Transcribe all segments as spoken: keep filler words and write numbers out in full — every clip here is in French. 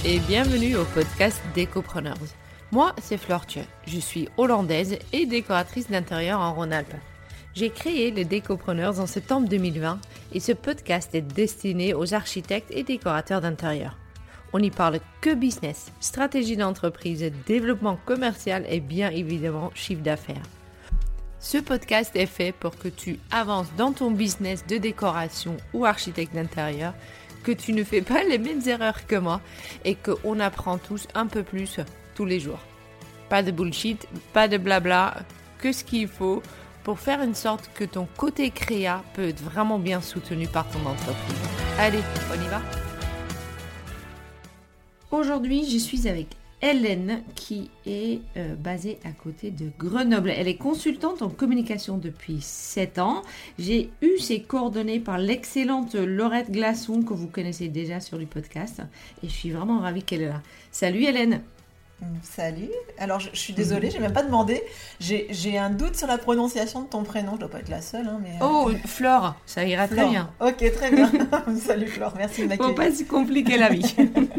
et bienvenue au podcast Décopreneurs. Moi, c'est Flore Thieu. Je suis hollandaise et décoratrice d'intérieur en Rhône-Alpes. J'ai créé les Décopreneurs en septembre deux mille vingt et ce podcast est destiné aux architectes et décorateurs d'intérieur. On n'y parle que business, stratégie d'entreprise, développement commercial et bien évidemment chiffre d'affaires. Ce podcast est fait pour que tu avances dans ton business de décoration ou architecte d'intérieur, que tu ne fais pas les mêmes erreurs que moi et qu'on apprend tous un peu plus tous les jours. Pas de bullshit, pas de blabla, que ce qu'il faut pour faire une sorte que ton côté créa peut être vraiment bien soutenu par ton entreprise. Allez, on y va ? Aujourd'hui, je suis avec Hélène qui est euh, basée à côté de Grenoble. Elle est consultante en communication depuis sept ans. J'ai eu ses coordonnées par l'excellente Laurette Glasson que vous connaissez déjà sur le podcast et je suis vraiment ravie qu'elle est là. Salut Hélène. Salut. Alors je, je suis désolée, j'ai même pas demandé. J'ai, j'ai un doute sur la prononciation de ton prénom. Je dois pas être la seule, hein, mais. Euh... Oh, Flore, ça ira Flore. Très bien. Ok, très bien. Salut Flore, merci de m'accueillir. Faut pas se compliquer la vie.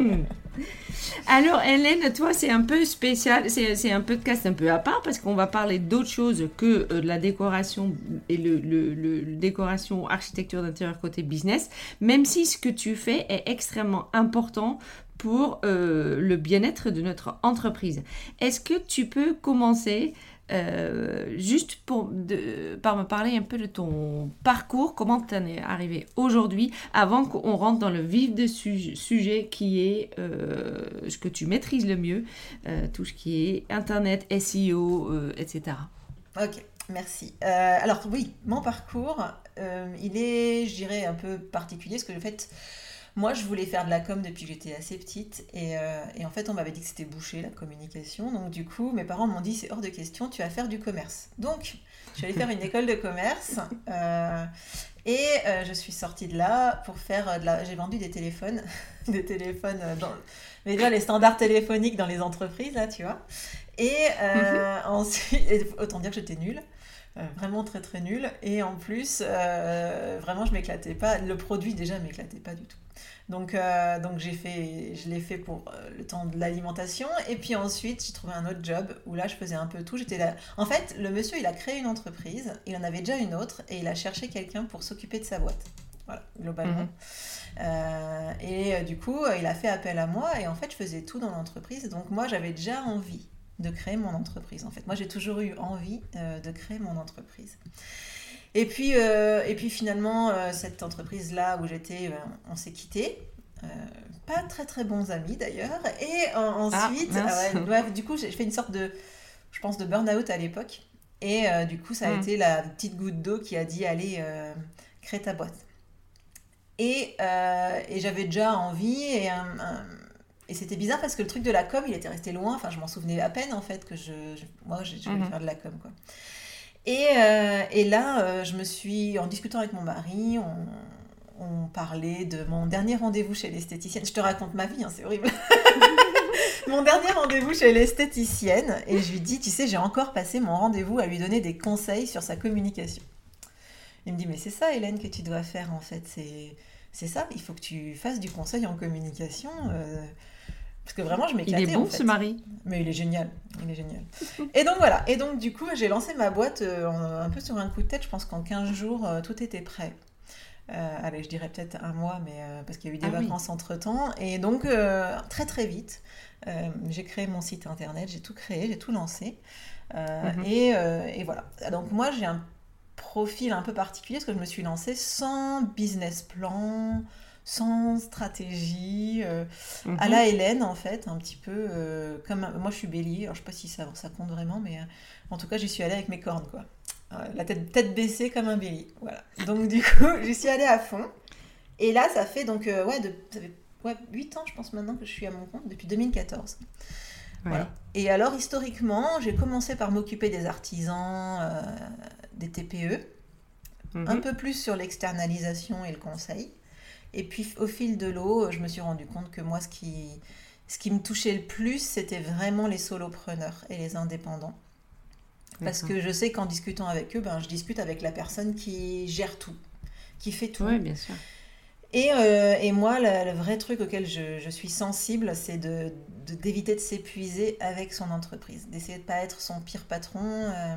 Alors Hélène, toi c'est un peu spécial, c'est, c'est un podcast un peu à part parce qu'on va parler d'autre chose que euh, de la décoration et le, le, le, le décoration architecture d'intérieur côté business, même si ce que tu fais est extrêmement important pour euh, le bien-être de notre entreprise. Est-ce que tu peux commencer euh, juste pour, de, par me parler un peu de ton parcours, comment tu en es arrivé aujourd'hui, avant qu'on rentre dans le vif du su- sujet qui est euh, ce que tu maîtrises le mieux, euh, tout ce qui est Internet, S E O, euh, et cetera. Ok, merci. Euh, alors oui, mon parcours, euh, il est, je dirais, un peu particulier, parce que en fait, moi, je voulais faire de la com depuis que j'étais assez petite et, euh, et en fait, on m'avait dit que c'était bouché, la communication. Donc du coup, mes parents m'ont dit, c'est hors de question, tu vas faire du commerce. Donc, je suis allée faire une école de commerce euh, et euh, je suis sortie de là pour faire de la... J'ai vendu des téléphones, des téléphones, dans... mais déjà les standards téléphoniques dans les entreprises, là, tu vois. Et euh, mm-hmm. ensuite, autant dire que j'étais nulle. Euh, vraiment très très nulle et en plus euh, vraiment je m'éclatais pas, le produit déjà m'éclatait pas du tout, donc, euh, donc j'ai fait, je l'ai fait pour euh, le temps de l'alimentation et puis ensuite j'ai trouvé un autre job où là je faisais un peu tout. J'étais là... En fait le monsieur il a créé une entreprise, il en avait déjà une autre et il a cherché quelqu'un pour s'occuper de sa boîte, voilà, globalement. Mmh. Euh, et euh, du coup euh, il a fait appel à moi et en fait je faisais tout dans l'entreprise, donc moi j'avais déjà envie de créer mon entreprise. En fait, moi, j'ai toujours eu envie euh, de créer mon entreprise. Et puis, euh, et puis finalement, euh, cette entreprise-là où j'étais, euh, on s'est quittés. Euh, pas très, très bons amis, d'ailleurs. Et euh, ensuite, ah, ouais, ouais, du coup, j'ai fait une sorte de, je pense, de burn-out à l'époque. Et euh, du coup, ça a mm. été la petite goutte d'eau qui a dit, allez, euh, crée ta boîte. Et, euh, et j'avais déjà envie et un... un Et c'était bizarre parce que le truc de la com, il était resté loin. Enfin, je m'en souvenais à peine, en fait, que je, je, moi, je, je voulais mmh. faire de la com, quoi. Et, euh, et là, euh, je me suis... En discutant avec mon mari, on, on parlait de mon dernier rendez-vous chez l'esthéticienne. Je te raconte ma vie, hein, c'est horrible. Mon dernier rendez-vous chez l'esthéticienne. Et je lui dis, tu sais, j'ai encore passé mon rendez-vous à lui donner des conseils sur sa communication. Il me dit, mais c'est ça, Hélène, que tu dois faire, en fait. C'est, c'est ça, il faut que tu fasses du conseil en communication... Euh, Parce que vraiment, je m'éclatais. Il est bon, en fait. Ce mari. Mais il est génial. Il est génial. Et donc, voilà. Et donc, du coup, j'ai lancé ma boîte euh, un peu sur un coup de tête. Je pense qu'en quinze jours, euh, tout était prêt. Euh, allez, je dirais peut-être un mois, mais euh, parce qu'il y a eu des ah, vacances oui. entre-temps. Et donc, euh, très, très vite, euh, j'ai créé mon site internet. J'ai tout créé, j'ai tout lancé. Euh, mm-hmm. et, euh, et voilà. Donc, moi, j'ai un profil un peu particulier parce que je me suis lancée sans business plan, sans stratégie, euh, mm-hmm. à la Hélène en fait, un petit peu euh, comme un... moi je suis bélier, alors je sais pas si ça, ça compte vraiment, mais euh, en tout cas j'y suis allée avec mes cornes quoi, euh, la tête, tête baissée comme un bélier, voilà. Donc du coup j'y suis allée à fond et là ça fait donc euh, ouais, de, ça fait ouais, huit ans je pense maintenant que je suis à mon compte depuis deux mille quatorze. Ouais. Voilà. Et alors historiquement j'ai commencé par m'occuper des artisans, euh, des T P E, mm-hmm. un peu plus sur l'externalisation et le conseil. Et puis, au fil de l'eau, je me suis rendu compte que moi, ce qui, ce qui me touchait le plus, c'était vraiment les solopreneurs et les indépendants. Parce D'accord. que je sais qu'en discutant avec eux, ben, je discute avec la personne qui gère tout, qui fait tout. Oui, bien sûr. Et, euh, et moi, la- le vrai truc auquel je, je suis sensible, c'est de, de- d'éviter de s'épuiser avec son entreprise, d'essayer de ne pas être son pire patron euh,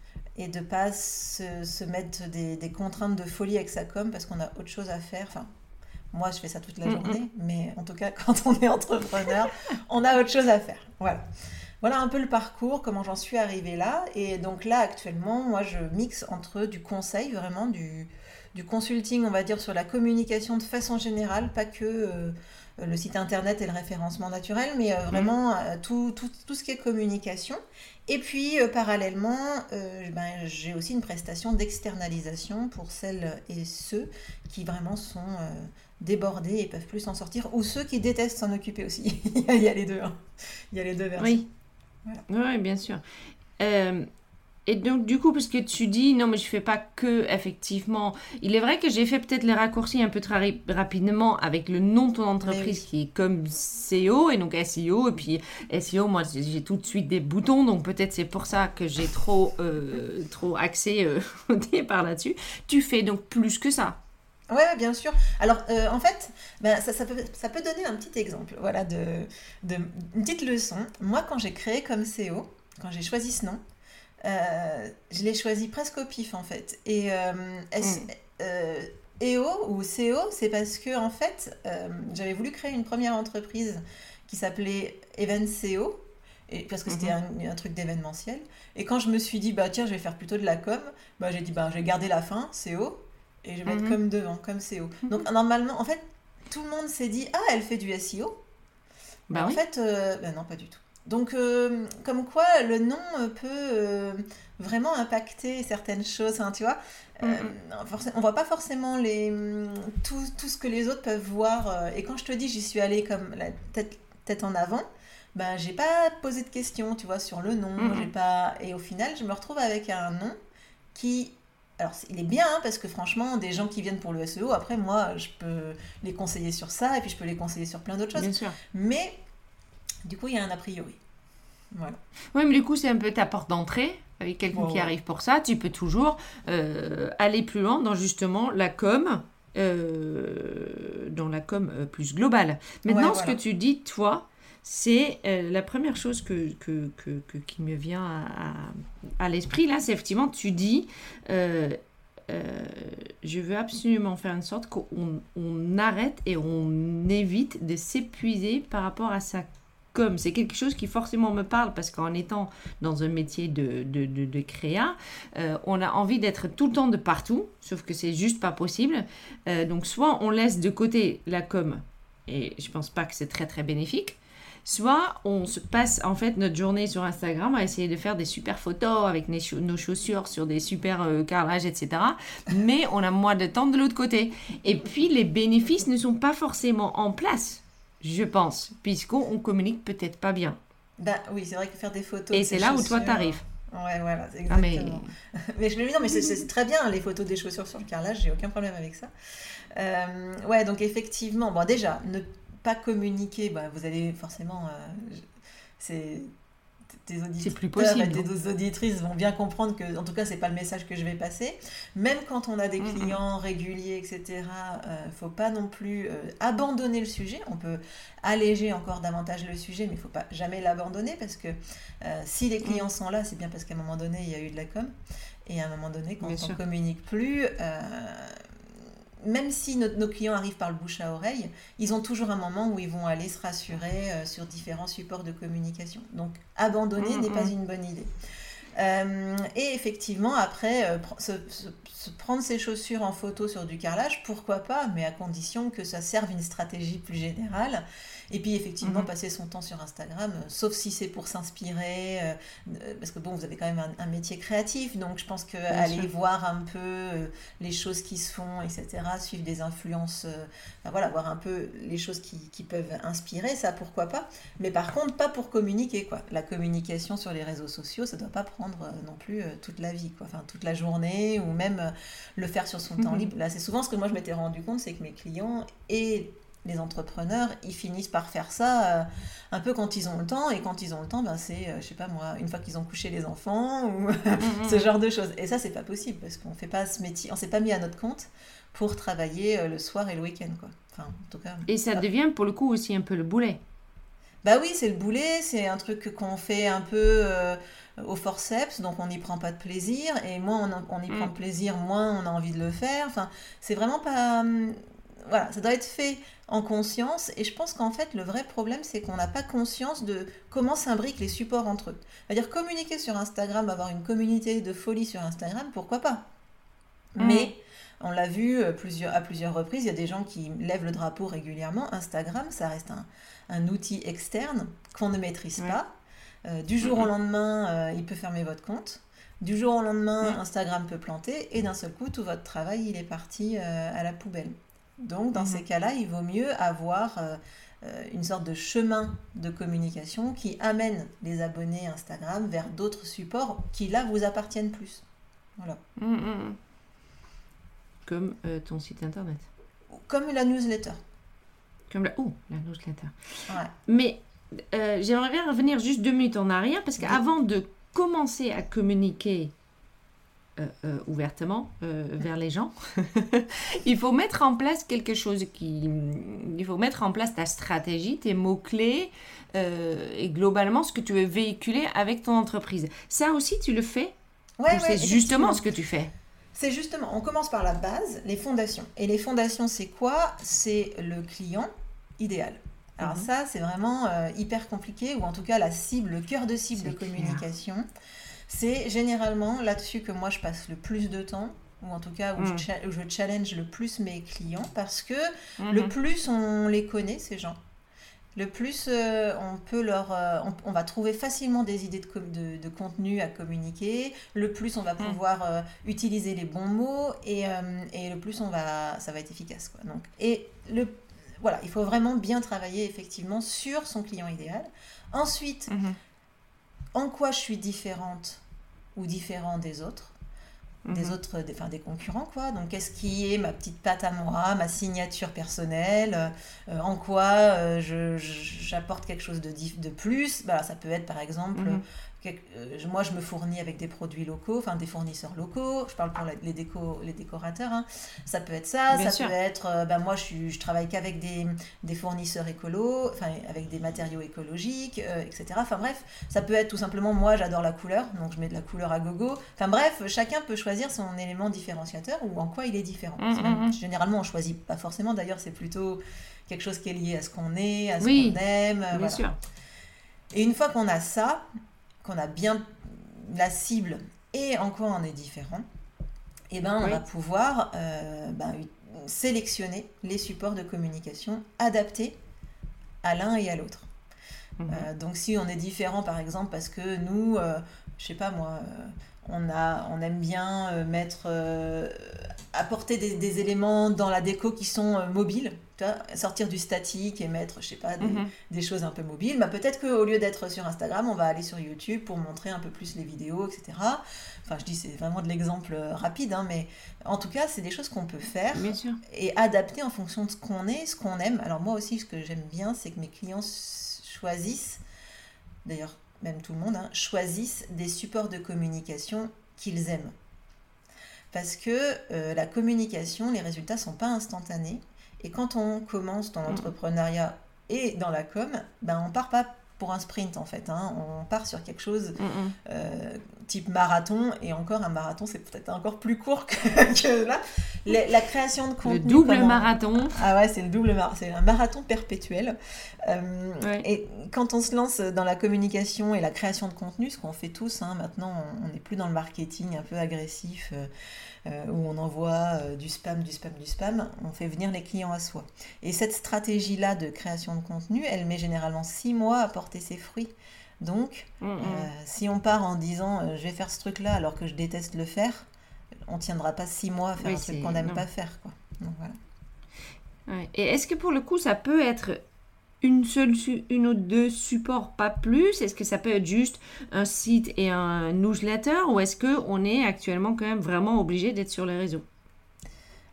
et de ne pas se, se mettre des, des contraintes de folie avec sa com parce qu'on a autre chose à faire. Enfin, moi, je fais ça toute la Mm, mm. journée, mais en tout cas, quand on est entrepreneur, on a autre chose à faire. Voilà. Voilà un peu le parcours, comment j'en suis arrivée là. Et donc là, actuellement, moi, je mixe entre du conseil, vraiment du, du consulting, on va dire, sur la communication de façon générale, pas que euh, le site internet et le référencement naturel, mais euh, Mm. vraiment euh, tout, tout, tout ce qui est communication. Et puis, euh, parallèlement, euh, ben, j'ai aussi une prestation d'externalisation pour celles et ceux qui vraiment sont euh, débordés et peuvent plus s'en sortir, ou ceux qui détestent s'en occuper aussi. Il y a les deux, hein. Il y a les deux versions. Oui, Voilà. oui, bien sûr. Euh, et donc, du coup, parce que tu dis, non, mais je fais pas que, effectivement. Il est vrai que j'ai fait peut-être les raccourcis un peu très ri- rapidement avec le nom de ton Mais entreprise oui. qui est comme S E O, et donc S E O, et puis S E O, moi, j'ai j'ai tout de suite des boutons, donc peut-être c'est pour ça que j'ai trop, euh, trop axé euh, au départ là-dessus. Tu fais donc plus que ça. Ouais, ouais, bien sûr. Alors, euh, en fait, ben, ça, ça peut, ça peut donner un petit exemple, voilà, de, de, une petite leçon. Moi, quand j'ai créé comme C E O, quand j'ai choisi ce nom, euh, je l'ai choisi presque au pif, en fait. Et euh, S- Mm. euh, E O ou C E O, c'est parce que, en fait, euh, j'avais voulu créer une première entreprise qui s'appelait Event C E O, et, parce que c'était Mhm. un, un truc d'événementiel. Et quand je me suis dit, bah tiens, je vais faire plutôt de la com, bah j'ai dit, bah je vais garder la fin, C E O, et je vais mettre Mhm. comme devant, comme C E O. Mhm. Donc normalement, en fait, tout le monde s'est dit, ah, elle fait du S E O, mais Bah en oui. fait, euh, ben non, pas du tout. Donc, euh, comme quoi, le nom euh, peut euh, vraiment impacter certaines choses, hein, tu vois. Euh, Mm, forcé- on voit pas forcément les, hum, tout, tout ce que les autres peuvent voir. euh, Et quand je te dis, j'y suis allée comme la tête, tête en avant, ben, j'ai pas posé de questions, tu vois, sur le mm, nom. J'ai mm. pas... Et au final, je me retrouve avec un nom qui... Alors, c'est- il est bien, hein, parce que franchement, des gens qui viennent pour le S E O, après, moi, je peux les conseiller sur ça, et puis je peux les conseiller sur plein d'autres choses. Bien sûr. Mais du coup, il y a un a priori. Voilà. Oui, mais du coup, c'est un peu ta porte d'entrée. Avec quelqu'un Ouais, qui ouais. arrive pour ça, tu peux toujours euh, aller plus loin dans justement la com, euh, dans la com euh, plus globale. Ouais, Maintenant, ce que voilà. tu dis, toi, c'est euh, la première chose que, que, que- que- qui me vient à, à- à l'esprit, là, c'est effectivement, tu dis, euh, euh, je veux absolument faire une sorte qu'on on arrête et on évite de s'épuiser par rapport à sa com. C'est quelque chose qui forcément me parle parce qu'en étant dans un métier de, de, de, de créa, euh, on a envie d'être tout le temps de partout, sauf que c'est juste pas possible. Euh, donc soit on laisse de côté la com, et je pense pas que c'est très très bénéfique, soit on se passe en fait notre journée sur Instagram à essayer de faire des super photos avec nos, chau- nos chaussures sur des super euh, carrelages, et cetera. Mais on a moins de temps de l'autre côté. Et puis les bénéfices ne sont pas forcément en place, je pense, puisqu'on communique peut-être pas bien. Bah oui, c'est vrai que faire des photos de Et ses c'est là où toi chaussures. t'arrives. euh, Ouais, voilà, c'est Ah mais exactement. Mais je le dis, non, mais c'est c'est très bien, les photos des chaussures sur le carrelage, j'ai aucun problème avec ça. Euh, ouais, donc effectivement, bon, déjà, ne pas communiquer, bah, vous allez forcément. euh, je- c'est. Tes c'est plus auditeurs et possible, tes non? auditrices vont bien comprendre que, en tout cas, c'est pas le message que je vais passer. Même quand on a des Mm, mm. clients réguliers, et cetera, euh, faut pas non plus euh, abandonner le sujet. On peut alléger encore davantage le sujet, mais il faut pas jamais l'abandonner parce que euh, si les Mm, clients sont là, c'est bien parce qu'à un moment donné, il y a eu de la com. Et à un moment donné, quand bien on sûr. communique plus, euh, même si nos, nos clients arrivent par le bouche à oreille, ils ont toujours un moment où ils vont aller se rassurer euh, sur différents supports de communication. Donc, abandonner Mm, n'est pas mm. une bonne idée. Euh, et effectivement, après, euh, pr- se, se- se prendre ses chaussures en photo sur du carrelage, pourquoi pas, mais à condition que ça serve une stratégie plus générale. Et puis effectivement, Mhm. passer son temps sur Instagram, euh, sauf si c'est pour s'inspirer, euh, euh, parce que bon, vous avez quand même un, un métier créatif, donc je pense que Bien sûr. aller voir un peu euh, les choses qui se font, et cetera, suivre des influences, euh, enfin, voilà, voir un peu les choses qui, qui peuvent inspirer, ça pourquoi pas. Mais par contre, pas pour communiquer, quoi. La communication sur les réseaux sociaux, ça doit pas prendre euh, non plus euh, toute la vie, quoi. Enfin, toute la journée, ou même euh, le faire sur son temps Mhm. libre. Là, c'est souvent ce que moi je m'étais rendu compte, c'est que mes clients et les entrepreneurs, ils finissent par faire ça euh, un peu quand ils ont le temps. Et quand ils ont le temps, ben c'est, euh, je sais pas moi, une fois qu'ils ont couché les enfants ou ce genre de choses. Et ça, c'est pas possible parce qu'on fait pas ce métier, on s'est pas mis à notre compte pour travailler euh, le soir et le week-end, quoi. Enfin, en tout cas. Et ça ah. devient pour le coup aussi un peu le boulet. Bah oui, c'est le boulet, c'est un truc qu'on fait un peu euh, au forceps, donc on n'y prend pas de plaisir. Et moins on, en- on y prend Mm. de plaisir, moins on a envie de le faire. Enfin, c'est vraiment pas. hum, Voilà, ça doit être fait en conscience. Et je pense qu'en fait, le vrai problème, c'est qu'on n'a pas conscience de comment s'imbriquent les supports entre eux. C'est-à-dire communiquer sur Instagram, avoir une communauté de folie sur Instagram, pourquoi pas? Mm. Mais on l'a vu euh, plusieurs, à plusieurs reprises, il y a des gens qui lèvent le drapeau régulièrement. Instagram, ça reste un, un outil externe qu'on ne maîtrise Ouais. pas. Euh, du jour au Mm, lendemain, euh, il peut fermer votre compte. Du jour au lendemain, mm, Instagram peut planter. Et d'un seul coup, tout votre travail, il est parti euh, à la poubelle. Donc, dans ces mhm. cas-là, il vaut mieux avoir euh, euh, une sorte de chemin de communication qui amène les abonnés Instagram vers d'autres supports qui, là, vous appartiennent plus. Voilà. Mm, mm. Comme euh, ton site internet. Comme la newsletter. Comme la... Oh, la newsletter. Ouais. Mais euh, j'aimerais bien revenir juste deux minutes en arrière parce Oui. qu'avant de commencer à communiquer euh, euh, ouvertement euh, vers les gens, il faut mettre en place quelque chose qui... Il faut mettre en place ta stratégie, tes mots-clés euh, et globalement ce que tu veux véhiculer avec ton entreprise. Ça aussi, tu le fais? Ouais, Ou ouais, c'est justement effectivement. ce que tu fais? C'est justement, on commence par la base, les fondations. Et les fondations, c'est quoi? C'est le client idéal. Alors Mhm. ça, c'est vraiment euh, hyper compliqué, ou en tout cas la cible, le cœur de cible de C'est clair. communication. C'est généralement là-dessus que moi je passe le plus de temps, ou en tout cas où, je, Mm. cha- où je challenge le plus mes clients, parce que le Mhm. plus on les connaît, ces gens, le plus euh, on peut leur, euh, on, on va trouver facilement des idées de, com- de, de contenu à communiquer. Le plus on va Mm. pouvoir euh, utiliser les bons mots et, euh, et le plus on va, ça va être efficace, quoi. Donc, et le, voilà, il faut vraiment bien travailler effectivement sur son client idéal. Ensuite, Mhm. en quoi je suis différente ou différent des autres, des Mhm. autres, des, enfin des concurrents, quoi. Donc, qu'est-ce qui est ma petite patte à moi, ma signature personnelle, euh, en quoi euh, je, je- j'apporte quelque chose de, dif- de plus. Voilà, ça peut être par exemple, Mhm. quel- euh, moi je me fournis avec des produits locaux, enfin des fournisseurs locaux, je parle pour la- les, déco, les décorateurs, hein. Ça peut être ça, Bien ça sûr. peut être, euh, ben moi je, suis, je travaille qu'avec des, des fournisseurs écolos, enfin avec des matériaux écologiques, euh, et cetera. Enfin bref, ça peut être tout simplement, moi j'adore la couleur, donc je mets de la couleur à gogo. Enfin bref, chacun peut choisir son élément différenciateur ou en quoi il est différent. Mm, C'est mm, même, mm. généralement on choisit pas forcément, d'ailleurs c'est plutôt quelque chose qui est lié à ce qu'on est, à ce qu'on Oui, aime, euh, bien voilà. sûr. Et une fois qu'on a ça, qu'on a bien la cible et en quoi on est différent, eh ben, on Oui. va pouvoir euh, ben, u- sélectionner les supports de communication adaptés à l'un et à l'autre. Mhm. Euh, donc si on est différent par exemple parce que nous, euh, je sais pas moi, euh, on, a, on aime bien euh, mettre, euh, apporter des, des éléments dans la déco qui sont euh, mobiles, tu vois, sortir du statique et mettre, je sais pas, des, Mhm. des choses un peu mobiles, bah, peut-être qu'au lieu d'être sur Instagram, on va aller sur YouTube pour montrer un peu plus les vidéos, et cetera. Enfin je dis c'est vraiment de l'exemple euh, rapide, hein, mais en tout cas c'est des choses qu'on peut faire Bien sûr. et adapter en fonction de ce qu'on est, ce qu'on aime. Alors moi aussi, ce que j'aime bien, c'est que mes clients s- choisissent, d'ailleurs même tout le monde, hein, choisissent des supports de communication qu'ils aiment. Parce que euh, la communication, les résultats ne sont pas instantanés. Et quand on commence dans Mm. l'entrepreneuriat et dans la com, ben on part pas pour un sprint en fait, hein. On part sur quelque chose Mm, mm. euh, type marathon, et encore un marathon c'est peut-être encore plus court que, que là. La, la création de Le contenu, double comment- marathon. Ah ouais, c'est le double marathon, c'est un marathon perpétuel. Euh, Ouais. Et quand on se lance dans la communication et la création de contenu, ce qu'on fait tous, hein, maintenant on n'est plus dans le marketing un peu agressif euh, euh, où on envoie euh, du spam, du spam, du spam, on fait venir les clients à soi. Et cette stratégie-là de création de contenu, elle met généralement six mois à porter ses fruits. Donc, Mm, mm. euh, si on part en disant euh, je vais faire ce truc-là alors que je déteste le faire, on tiendra pas six mois à faire Oui, un truc c'est- qu'on n'aime non. pas faire, quoi. Donc voilà. Ouais. Et est-ce que pour le coup, ça peut être une seule, su- une ou deux supports, pas plus? Est-ce que ça peut être juste un site et un newsletter? Ou est-ce qu'on est actuellement quand même vraiment obligé d'être sur les réseaux?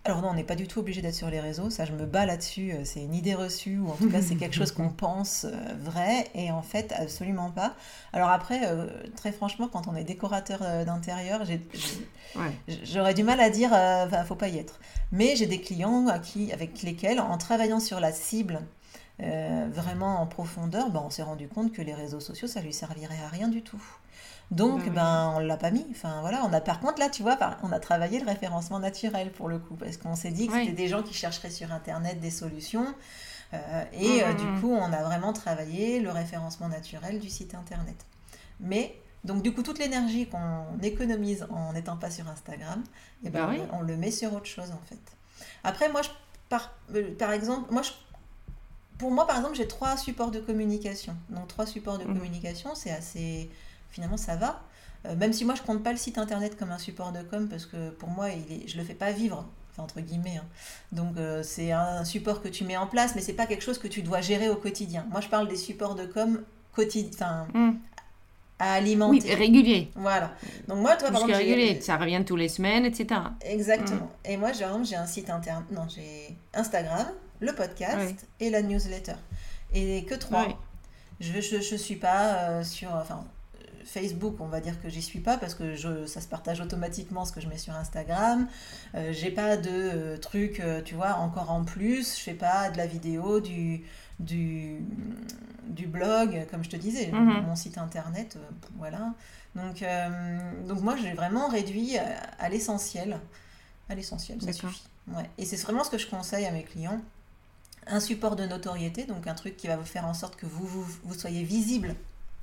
Alors non, on n'est pas du tout obligé d'être sur les réseaux, ça je me bats là-dessus, euh, c'est une idée reçue, ou en tout cas c'est quelque chose qu'on pense euh, vrai, et en fait absolument pas. Alors après, euh, très franchement, quand on est décorateur euh, d'intérieur, j'ai, j'ai- Ouais. j'aurais du mal à dire, euh, enfin, faut pas y être. Mais j'ai des clients à qui, avec lesquels, en travaillant sur la cible, euh, vraiment en profondeur, ben, on s'est rendu compte que les réseaux sociaux, ça lui servirait à rien du tout. Bah Donc, oui. ben, on l'a pas mis. Enfin, voilà, on a, par contre, là, tu vois, par- on a travaillé le référencement naturel pour le coup, parce qu'on s'est dit que c'était Oui. des gens qui chercheraient sur Internet des solutions. euh, Hum, et euh, hum, du hum. coup, on a vraiment travaillé le référencement naturel du site Internet. Mais, donc, du coup, toute l'énergie qu'on économise en n'étant pas sur Instagram, eh ben, Bah on le, oui. on le met sur autre chose, en fait. Après, moi, je, par, euh, par exemple, moi, je pour moi, par exemple, j'ai trois supports de communication. Donc, trois supports de Hum. communication, c'est assez. Finalement, ça va. Euh, même si moi, je compte pas le site internet comme un support de com, parce que pour moi, il est... je le fais pas vivre. Enfin, entre guillemets, hein. Donc, euh, c'est un support que tu mets en place, mais c'est pas quelque chose que tu dois gérer au quotidien. Moi, je parle des supports de com quotidien, enfin, Hum. à Oui, alimenter. régulier. Voilà. Donc, moi, toi, par Plus que exemple, régulier. j'ai. Ça revient tous les semaines, et cetera. Hum. Exactement. Et moi, j'ai j'ai un site internet. Non, j'ai Instagram, le Oui. podcast et la newsletter. Et que Oui. trois. Je je, je suis pas euh, sur enfin euh, Facebook, on va dire que j'y suis pas parce que je, ça se partage automatiquement ce que je mets sur Instagram. Euh, j'ai pas de euh, trucs, euh, tu vois, encore en plus. Je fais pas de la vidéo, du, du, du blog, comme je te disais, Mhm. mon site internet, euh, voilà. Donc, euh, donc moi, j'ai vraiment réduit à, à l'essentiel. À l'essentiel, ça D'accord. suffit. Ouais. Et c'est vraiment ce que je conseille à mes clients. Un support de notoriété, donc un truc qui va vous faire en sorte que vous, vous, vous soyez visible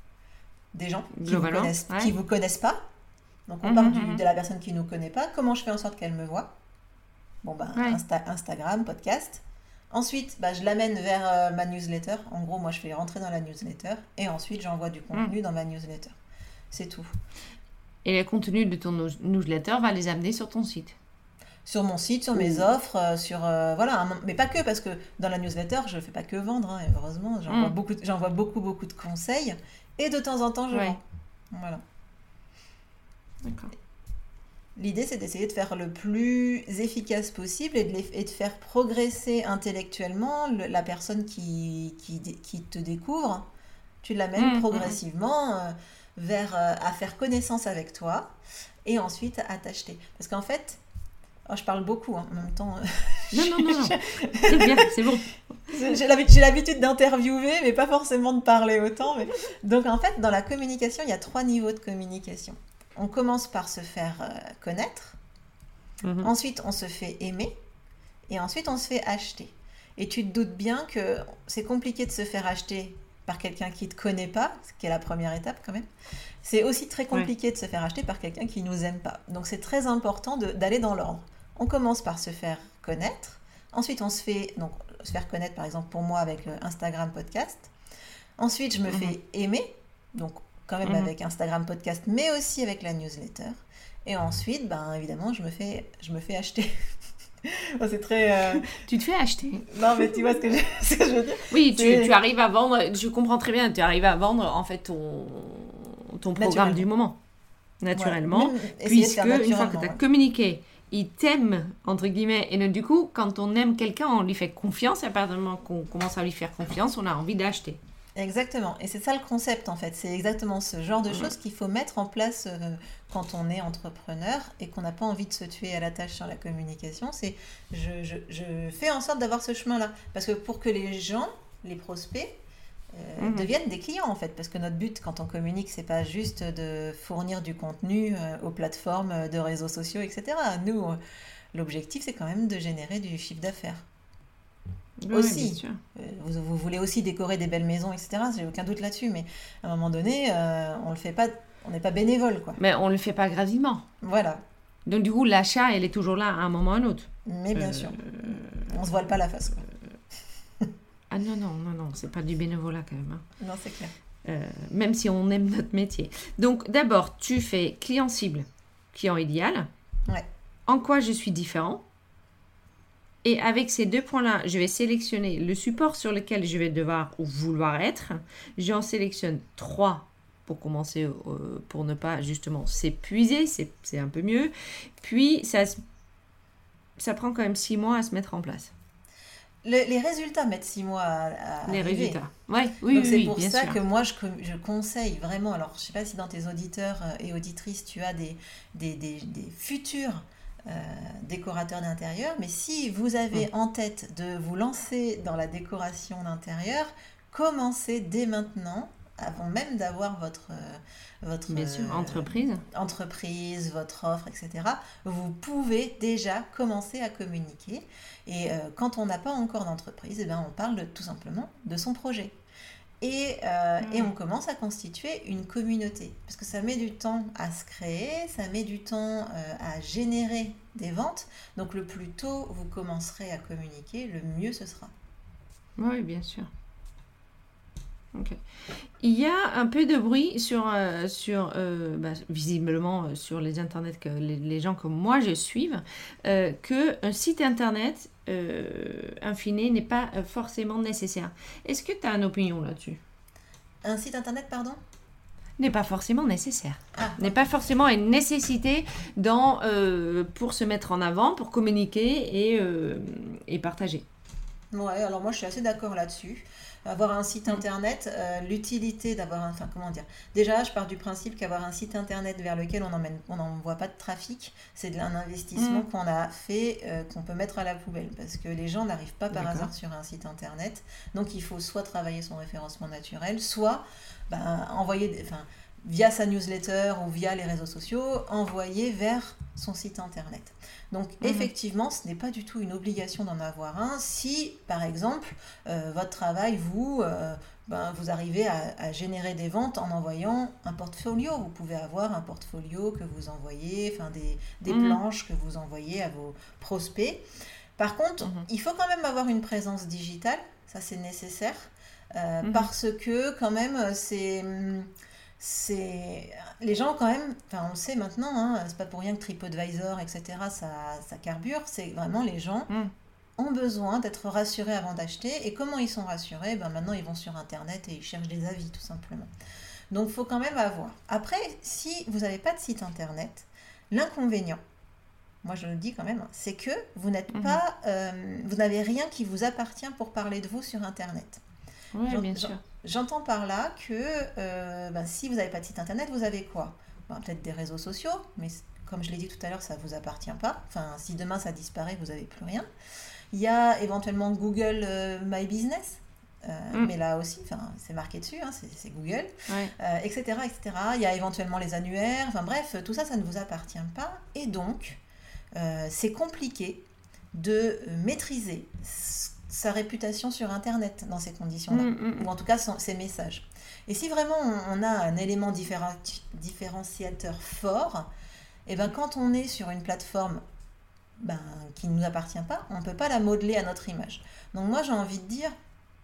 des gens qui vous Globalement, connaissent, qui ouais. vous connaissent pas. Donc on Mhm, part du, de mhm. la personne qui nous connaît pas. Comment je fais en sorte qu'elle me voit? Bon ben Ouais. Insta- Instagram, podcast. Ensuite, bah, je l'amène vers euh, ma newsletter. En gros, moi je fais rentrer dans la newsletter et ensuite j'envoie du Hum. contenu dans ma newsletter. C'est tout. Et le contenu de ton news- newsletter va les amener sur ton site. Sur mon site, sur mes Ou... offres, euh, sur euh, voilà, un- mais pas que parce que dans la newsletter, je fais pas que vendre. Hein, et heureusement, j'envoie Hum. beaucoup, de- j'envoie beaucoup, beaucoup de conseils et de temps en temps, je Ouais. vends. Voilà. D'accord. L'idée, c'est d'essayer de faire le plus efficace possible et de, les- et de faire progresser intellectuellement le- la personne qui, qui, dé- qui te découvre. Tu l'amènes Hum, hum, hum. progressivement euh, vers, euh, à faire connaissance avec toi et ensuite à t'acheter. Parce qu'en fait, oh, je parle beaucoup hein, en même temps. Non, non, non, non. C'est bien, c'est bon. J'ai l'habi- j'ai l'habitude d'interviewer, mais pas forcément de parler autant. Mais... Donc en fait, dans la communication, il y a trois niveaux de communication. On commence par se faire euh, connaître. Mhm. Ensuite, on se fait aimer et ensuite, on se fait acheter. Et tu te doutes bien que c'est compliqué de se faire acheter par quelqu'un qui ne te connaît pas, ce qui est la première étape quand même. C'est aussi très Ouais. compliqué de se faire acheter par quelqu'un qui ne nous aime pas. Donc c'est très important de- d'aller dans l'ordre. On commence par se faire connaître. Ensuite, on se fait donc se faire connaître, par exemple pour moi avec le Instagram podcast. Ensuite, je me Mhm. fais aimer, donc quand même Mhm. avec Instagram podcast, mais aussi avec la newsletter. Et ensuite, ben évidemment, je me fais, je me fais acheter. Bon, c'est très. euh, Tu te fais acheter. Non, mais tu vois ce que je, ce que je veux dire. Oui, tu, tu C'est arrives à vendre, je comprends très bien, tu arrives à vendre en fait ton, ton programme du naturellement. moment, Voilà. naturellement, Même essayer de puisque faire une fois que naturellement. tu as Ouais. communiqué, il t'aime, entre guillemets, et donc, du coup, quand on aime quelqu'un, on lui fait confiance, et à partir du moment qu'on commence à lui faire confiance, on a envie d'acheter. Exactement. Et c'est ça le concept en fait. C'est exactement ce genre de Mhm. choses qu'il faut mettre en place euh, quand on est entrepreneur et qu'on n'a pas envie de se tuer à la tâche sur la communication. C'est je, je, je fais en sorte d'avoir ce chemin-là. Parce que pour que les gens, les prospects, euh, Mhm. deviennent des clients en fait. Parce que notre but quand on communique, c'est pas juste de fournir du contenu euh, aux plateformes de réseaux sociaux, et cetera. Nous, euh, l'objectif, c'est quand même de générer du chiffre d'affaires. Oui, oui, bien Aussi, sûr. euh, vous, vous voulez aussi décorer des belles maisons, et cetera. J'ai aucun doute là-dessus, mais à un moment donné, euh, on le fait pas, on n'est pas bénévole, quoi. Mais on ne le fait pas gratuitement. Voilà. Donc du coup, l'achat, elle est toujours là à un moment ou à un autre. Mais bien Euh, sûr, on se voile pas la face, quoi. Ah non, non, non, non, c'est pas du bénévolat quand même, hein. Non, c'est clair. Euh, même si on aime notre métier. Donc d'abord, tu fais client cible, client idéal. Ouais. En quoi je suis différent? Et avec ces deux points-là, je vais sélectionner le support sur lequel je vais devoir ou vouloir être. J'en sélectionne trois pour commencer, euh, pour ne pas justement s'épuiser, c'est, c'est un peu mieux. Puis ça, ça prend quand même six mois à se mettre en place. Le- les résultats mettent six mois à, à Les arriver. résultats. Ouais, oui, Donc oui, c'est oui, pour bien ça sûr. que moi je, co- je conseille vraiment, alors je sais pas si dans tes auditeurs euh, et auditrices tu as des, des, des, des futurs euh, décorateurs d'intérieur, mais si vous avez Mm. en tête de vous lancer dans la décoration d'intérieur, commencez dès maintenant, avant même d'avoir votre, euh, votre Bien sûr, euh, entreprise. entreprise, votre offre, et cetera. Vous pouvez déjà commencer à communiquer. Et euh, quand on n'a pas encore d'entreprise, eh ben, on parle de- tout simplement de son projet. Et, euh, et Mm. on commence à constituer une communauté. Parce que ça met du temps à se créer, ça met du temps euh, à générer des ventes. Donc le plus tôt vous commencerez à communiquer, le mieux ce sera. Oui, bien sûr. Ok. Il y a un peu de bruit sur, euh, sur euh, bah, visiblement euh, sur les internets que les, les gens comme moi je suivent, euh, que un site internet euh, in fine n'est pas euh, forcément nécessaire. Est-ce que tu as une opinion là-dessus? Un site internet, pardon? N'est pas forcément nécessaire. Ah, N'est pas forcément une nécessité dans, euh, pour se mettre en avant, pour communiquer et, euh, et partager. ouais, alors moi je suis assez d'accord là-dessus. Avoir un site Mm. internet, euh, l'utilité d'avoir un, enfin comment dire, déjà je pars du principe qu'avoir un site internet vers lequel on n'emmène, on n'envoie pas de trafic, c'est de- un investissement Mm. qu'on a fait, euh, qu'on peut mettre à la poubelle, parce que les gens n'arrivent pas par D'accord. hasard sur un site internet, donc il faut soit travailler son référencement naturel, soit ben, envoyer, des- enfin, via sa newsletter ou via les réseaux sociaux, envoyer vers son site internet. Donc Mhm. effectivement, ce n'est pas du tout une obligation d'en avoir un si, par exemple, euh, votre travail, vous, euh, ben, vous arrivez à, à générer des ventes en envoyant un portfolio. Vous pouvez avoir un portfolio que vous envoyez, enfin des, des Mhm. planches que vous envoyez à vos prospects. Par contre, Mhm. il faut quand même avoir une présence digitale, ça c'est nécessaire, euh, Mhm. parce que quand même, c'est... hum, c'est les gens quand même, enfin on le sait maintenant, hein, c'est pas pour rien que TripAdvisor, et cetera, ça, ça carbure, c'est vraiment les gens Mm. ont besoin d'être rassurés avant d'acheter. Et comment ils sont rassurés? Ben maintenant, ils vont sur Internet et ils cherchent des avis, tout simplement. Donc, il faut quand même avoir. Après, si vous n'avez pas de site Internet, l'inconvénient, moi je le dis quand même, c'est que vous n'êtes Mhm. pas, euh, vous n'avez rien qui vous appartient pour parler de vous sur Internet. Oui, J'en- bien j'en- sûr. J'entends par là que euh, ben, si vous n'avez pas de site Internet, vous avez quoi? Ben, peut-être des réseaux sociaux, mais c- comme je l'ai dit tout à l'heure, ça ne vous appartient pas. Enfin, si demain ça disparaît, vous n'avez plus rien. Il y a éventuellement Google euh, My Business, euh, Mm. mais là aussi, enfin, c'est marqué dessus, hein, c'est c'est Google, Ouais. euh, et cetera, et cetera. Il y a éventuellement les annuaires, enfin bref, tout ça, ça ne vous appartient pas. Et donc, euh, c'est compliqué de euh, maîtriser s- sa réputation sur Internet dans ces conditions-là, Mm, mm, ou en tout cas son- ses messages. Et si vraiment on, on a un élément différenti- différenciateur fort, et ben quand on est sur une plateforme ben, qui ne nous appartient pas, on ne peut pas la modeler à notre image. Donc moi j'ai envie de dire,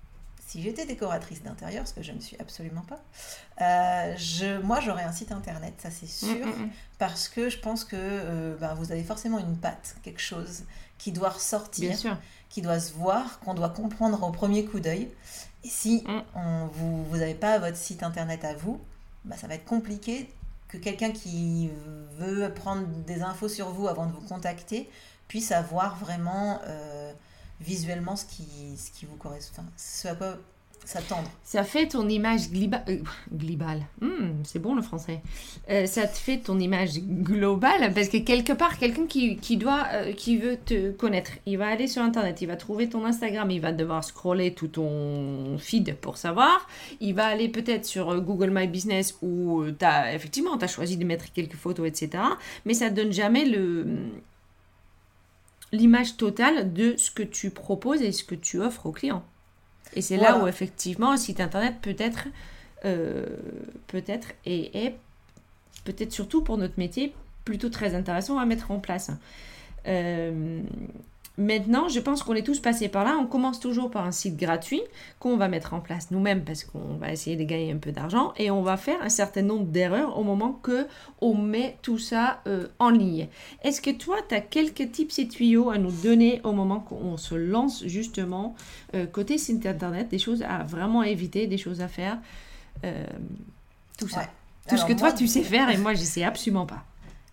si j'étais décoratrice d'intérieur, ce que je ne suis absolument pas, euh, je, moi j'aurais un site internet, ça c'est mm, sûr, mm, mm. parce que je pense que euh, ben, vous avez forcément une patte, quelque chose qui doit Bien ressortir, sûr. qui doit se voir, qu'on doit comprendre au premier coup d'œil. Et si Mm. on, vous n'avez pas votre site internet à vous, ben, ça va être compliqué que quelqu'un qui veut prendre des infos sur vous avant de vous contacter puisse avoir vraiment euh, visuellement ce qui, ce qui vous correspond, enfin, ce à quoi s'attendre. Ça fait ton image gliba- euh, globale. Hmm, c'est bon le français. Euh, ça te fait ton image globale parce que quelque part, quelqu'un qui, qui doit, euh, qui veut te connaître, il va aller sur Internet, il va trouver ton Instagram, il va devoir scroller tout ton feed pour savoir. Il va aller peut-être sur euh, Google My Business où euh, t'as, effectivement, tu as choisi de mettre quelques photos, et cetera. Mais ça ne donne jamais le, l'image totale de ce que tu proposes et ce que tu offres aux clients. Et c'est là Voilà. où effectivement un site internet peut être, euh, peut-être et est peut-être surtout pour notre métier plutôt très intéressant à mettre en place. Euh, maintenant, je pense qu'on est tous passés par là. On commence toujours par un site gratuit qu'on va mettre en place nous-mêmes parce qu'on va essayer de gagner un peu d'argent et on va faire un certain nombre d'erreurs au moment que on met tout ça euh, en ligne. Est-ce que toi, tu as quelques tips et tuyaux à nous donner au moment qu'on se lance justement euh, côté site internet, des choses à vraiment éviter, des choses à faire, euh, tout ça. Ouais. Tout Alors, ce que toi moi, tu sais faire et moi je sais absolument pas.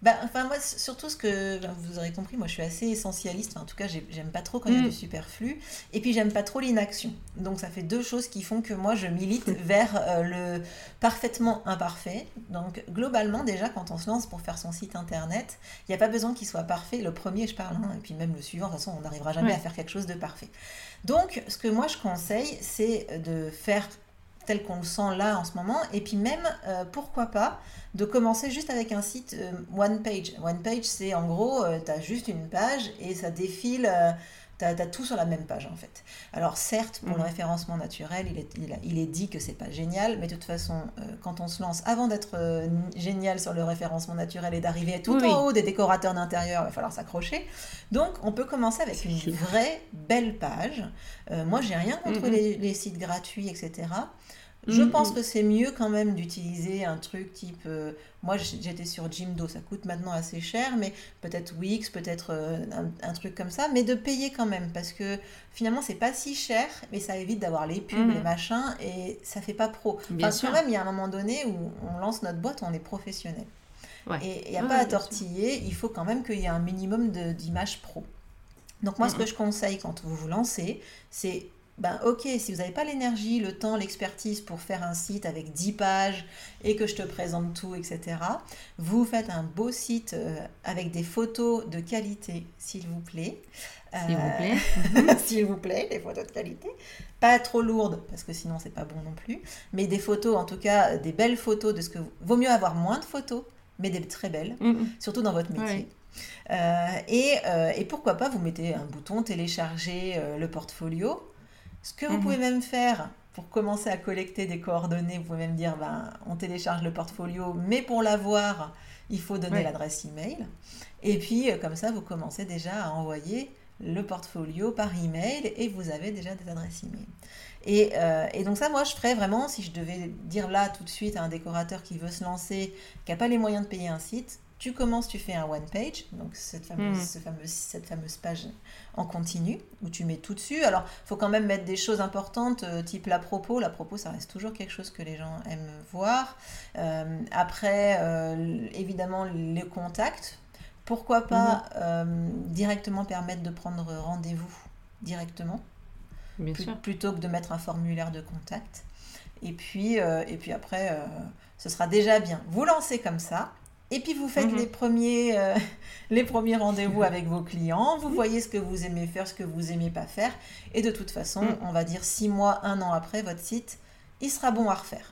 Bah, enfin, moi, surtout ce que ben, vous aurez compris, moi je suis assez essentialiste. Enfin, en tout cas, j'ai- j'aime pas trop quand il y a Mm. du superflu. Et puis, j'aime pas trop l'inaction. Donc, ça fait deux choses qui font que moi je milite vers euh, le parfaitement imparfait. Donc, globalement, déjà, quand on se lance pour faire son site internet, il n'y a pas besoin qu'il soit parfait. Le premier, je parle, hein, et puis même le suivant, de toute façon, on n'arrivera jamais Ouais. à faire quelque chose de parfait. Donc, ce que moi je conseille, c'est de faire tel qu'on le sent là en ce moment, et puis même, euh, pourquoi pas, de commencer juste avec un site euh, one page. One page, c'est en gros, euh, tu as juste une page et ça défile, euh, tu as tout sur la même page en fait. Alors certes, pour le Mhm. référencement naturel, il est, il a- il est dit que c'est pas génial, mais de toute façon, euh, quand on se lance, avant d'être euh, génial sur le référencement naturel et d'arriver tout Oui, en oui. haut des décorateurs d'intérieur, il va falloir s'accrocher. Donc on peut commencer avec C'est une sûr. vraie belle page. Euh, moi, j'ai rien contre Mhm. les, les sites gratuits, et cetera. Je pense Mhm. que c'est mieux quand même d'utiliser un truc type. euh, moi, j- j'étais sur Jimdo, ça coûte maintenant assez cher, mais peut-être Wix, peut-être euh, un, un truc comme ça, mais de payer quand même, parce que finalement, c'est pas si cher, mais ça évite d'avoir les pubs, les Mhm. machins, et ça fait pas pro. Bien Enfin, quand sûr. même, il y a un moment donné où on lance notre boîte, on est professionnel. Ouais. Et il n'y a Ouais, pas à ouais, bien sûr. tortiller, il faut quand même qu'il y ait un minimum de- d'images pro. Donc moi, ce que Mhm. je conseille quand vous vous lancez, c'est, ben ok, si vous n'avez pas l'énergie, le temps, l'expertise pour faire un site avec dix pages et que je te présente tout, et cetera, vous faites un beau site euh, avec des photos de qualité, s'il vous plaît. S'il vous Euh, plaît. Mhm. s'il vous plaît, des photos de qualité. Pas trop lourdes, parce que sinon c'est pas bon non plus. Mais des photos, en tout cas, des belles photos de ce que... vous- Vaut mieux avoir moins de photos, mais des très belles, Mhm. surtout dans votre Ouais. métier. Euh, et, euh, et pourquoi pas, vous mettez un bouton télécharger euh, le portfolio. Ce que vous pouvez Mhm. même faire pour commencer à collecter des coordonnées, vous pouvez même dire, ben, on télécharge le portfolio, mais pour l'avoir, il faut donner Ouais. l'adresse email. Et puis, euh, comme ça, vous commencez déjà à envoyer le portfolio par email et vous avez déjà des adresses email. Et, euh, et donc ça, moi, je ferais vraiment, si je devais dire là tout de suite à un décorateur qui veut se lancer, qui n'a pas les moyens de payer un site, tu commences, tu fais un one page, donc cette fameuse, Mhm. ce fameux, cette fameuse page en continu, où tu mets tout dessus. Alors, il faut quand même mettre des choses importantes, euh, type la propos. La propos, ça reste toujours quelque chose que les gens aiment voir. Euh, après, euh, évidemment, les contacts. Pourquoi Mhm. pas euh, directement permettre de prendre rendez-vous directement, Bien plus- sûr. plutôt que de mettre un formulaire de contact. Et puis, euh, et puis après, euh, ce sera déjà bien. Vous lancez comme ça. Et puis vous faites les Mhm. premiers, euh, les premiers rendez-vous avec vos clients. Vous voyez ce que vous aimez faire, ce que vous aimez pas faire. Et de toute façon, Mhm. on va dire six mois, un an après, votre site, il sera bon à refaire.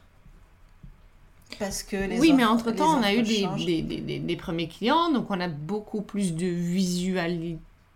Parce que les Oui, mais offres, les entre-temps, on a eu offres des, changent. des, des, des- des premiers clients, donc on a beaucoup plus de visualité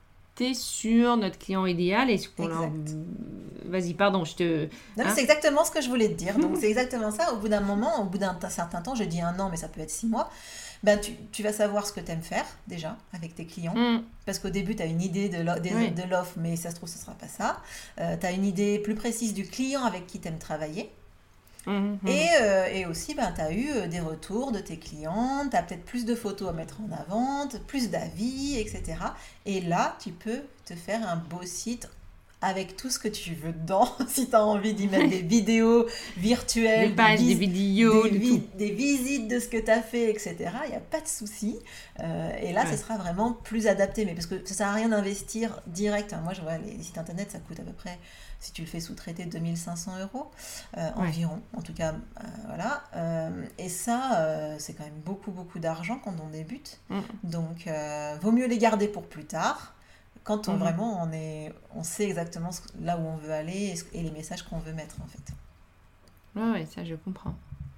sur notre client idéal et ce qu'on leur... Exact. Vas-y, pardon, je te... Non, mais Hein? c'est exactement ce que je voulais te dire. Donc, c'est exactement ça. Au bout d'un moment, au bout d'un t- certain temps, je dis un an, mais ça peut être six mois, ben, tu, tu vas savoir ce que tu aimes faire déjà avec tes clients. Mhm. Parce qu'au début, tu as une idée de l'o- des- Oui. de l'offre, mais ça se trouve, ce ne sera pas ça. Tu as une idée plus précise du client avec qui tu aimes travailler. Mhm. Et, Mhm. euh, et aussi, ben, tu as eu euh, des retours de tes clients, tu as peut-être plus de photos à mettre en avant, t- plus d'avis, et cetera. Et là, tu peux te faire un beau site avec tout ce que tu veux dedans. Si tu as envie d'y mettre des vidéos Des virtuelles, des, pages, des vis- vidéos, des, de vi- tout. des visites de ce que tu as fait, et cetera, il n'y a pas de souci. Euh, et là, ce Ouais. sera vraiment plus adapté. Mais parce que ça sert à rien d'investir direct. Hein. Moi, je vois les sites internet, ça coûte à peu près, si tu le fais sous-traiter, deux mille cinq cents euros euh, Ouais. environ. En tout cas, euh, voilà. Euh, et ça, euh, c'est quand même beaucoup, beaucoup d'argent quand on débute. Mhm. Donc, euh, vaut mieux les garder pour plus tard. Quand on Mhm. vraiment on est, on sait exactement ce- là où on veut aller et, ce- et les messages qu'on veut mettre en fait. Ouais, ouais, ça, je comprends.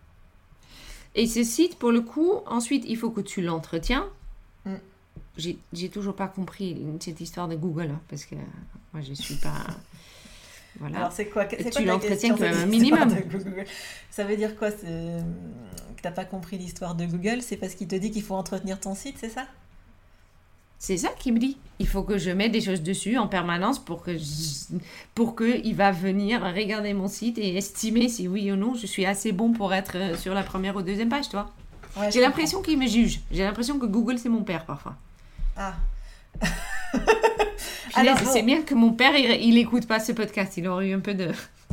Et ce site, pour le coup, ensuite, il faut que tu l'entretiens. Mm. J'ai, j'ai toujours pas compris cette histoire de Google, hein, parce que moi, je suis pas... Voilà. Alors c'est quoi, c'est quoi Tu ta l'entretiens question, quand même cette un histoire minimum. de Google? Ça veut dire quoi, c'est... que t'as pas compris l'histoire de Google? C'est parce qu'il te dit qu'il faut entretenir ton site, c'est ça? C'est ça qu'il me dit. Il faut que je mette des choses dessus en permanence pour que je- pour que il va venir regarder mon site et estimer si oui ou non je suis assez bon pour être euh, sur la première ou deuxième page, toi. Ouais, J'ai je l'impression qu'il me juge. J'ai l'impression que Google c'est mon père parfois. comprends. Ah. Punaise, Alors, c'est bon. bien que mon père il, il écoute pas ce podcast. Il aurait eu un peu de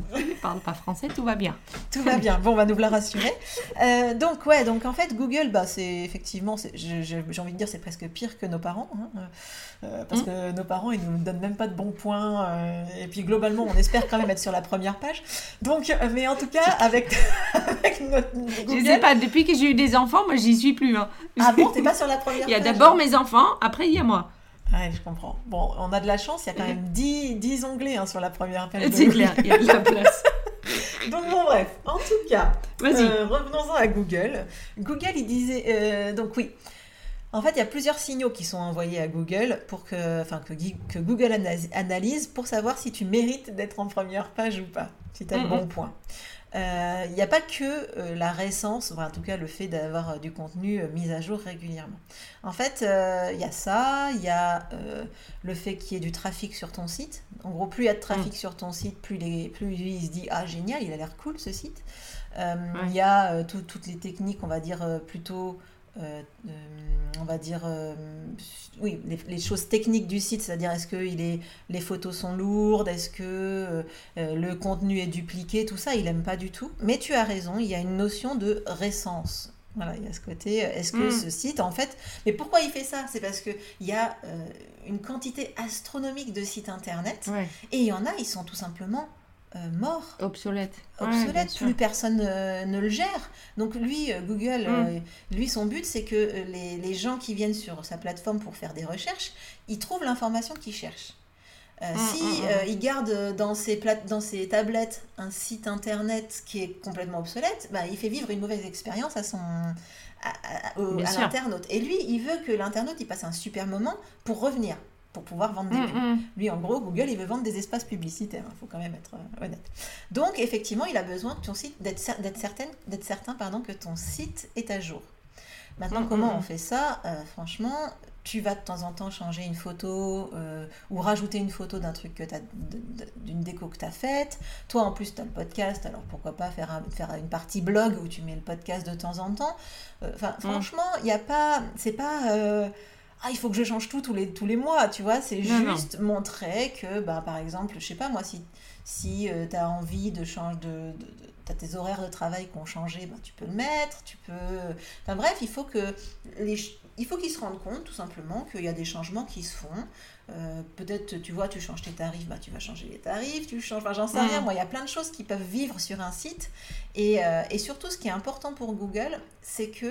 parle pas français, tout va bien. Tout va bien. Bon, on va nous la rassurer. Euh, donc, ouais, donc en fait, Google, bah, c'est effectivement, c'est, je- je- j'ai envie de dire, c'est presque pire que nos parents. Hein, euh, parce Mm. que nos parents, ils nous donnent même pas de bons points. euh, et puis, globalement, on espère quand même être sur la première page. Donc, euh, mais en tout cas, avec, avec notre Google. Je sais pas, depuis que j'ai eu des enfants, moi j'y suis plus. Hein. Ah bon, t'es pas sur la première Il y a page, d'abord hein. mes enfants, après il y a moi. Ouais, je comprends. Bon, on a de la chance, il y a quand même dix dix onglets hein, sur la première page. de C'est Google. clair, il y a de la place. Donc bon bref, en tout cas, Vas-y. euh, revenons-en à Google. Google, il disait, euh, donc oui, en fait, il y a plusieurs signaux qui sont envoyés à Google pour que, enfin, que, Gui- que Google ana- analyse pour savoir si tu mérites d'être en première page ou pas, si tu as le Mhm. bon point. Euh, Il n'y a pas que euh, la récence, enfin, en tout cas le fait d'avoir euh, du contenu euh, mis à jour régulièrement. En fait, euh, il y a ça, il y a euh, le fait qu'il y ait du trafic sur ton site. En gros, plus il y a de trafic sur ton site, plus, les, plus lui il se dit ah génial, il a l'air cool ce site. Euh, Il Ouais. y a euh, tout- toutes les techniques, on va dire euh, plutôt, euh, euh, on va dire, euh, oui, les, les choses techniques du site, c'est-à-dire est-ce que il est, les photos sont lourdes, est-ce que euh, euh, le contenu est dupliqué, tout ça, il aime pas du tout. Mais tu as raison, il y a une notion de récence. Voilà, il y a ce côté, euh, est-ce que Mm. ce site, en fait, mais pourquoi il fait ça? C'est parce qu'il y a euh, une quantité astronomique de sites internet, Ouais, et il y en a, ils sont tout simplement euh, morts, obsolète. Ouais, bien obsolètes, sûr. plus personne euh, ne le gère. Donc lui, euh, Google, euh, lui, son but, c'est que euh, les, les gens qui viennent sur sa plateforme pour faire des recherches, ils trouvent l'information qu'ils cherchent. Euh, Mm, si mm, mm. euh, il garde dans ses, plate- dans ses tablettes un site internet qui est complètement obsolète, bah, il fait vivre une mauvaise expérience à son à, à- au- Bien à sûr. l'internaute. Et lui, il veut que l'internaute il passe un super moment pour revenir, pour pouvoir vendre des Mm, pubs. mm. Lui, en gros, Google, il veut vendre des espaces publicitaires. Il faut quand même être euh, honnête. Donc, effectivement, il a besoin que ton site d'être cer- d'être certaine, d'être certain, pardon, que ton site est à jour. Maintenant, Mm, comment mm, on mm. fait ça? Euh, Franchement, tu vas de temps en temps changer une photo euh, ou rajouter une photo d'un truc que t'as, de- de- d'une déco que tu as faite. Toi, en plus, tu as le podcast, alors pourquoi pas faire, un- faire une partie blog où tu mets le podcast de temps en temps. Euh, Enfin, franchement, il y a pas, c'est pas, euh, ah, il faut que je change tout tous les, tous les mois, tu vois. C'est Non, non. juste montrer que, bah, par exemple, je sais pas moi, si, si tu as envie de changer de, de- de- t'as tes horaires de travail qui ont changé, bah, tu peux le mettre, tu peux... Enfin bref, il faut que les, ch- il faut qu'ils se rendent compte tout simplement qu'il y a des changements qui se font. Euh, peut-être, tu vois, tu changes tes tarifs, bah, tu vas changer les tarifs, tu changes, enfin, j'en sais Mm. rien, moi, il y a plein de choses qui peuvent vivre sur un site. Et, euh, et surtout, ce qui est important pour Google, c'est que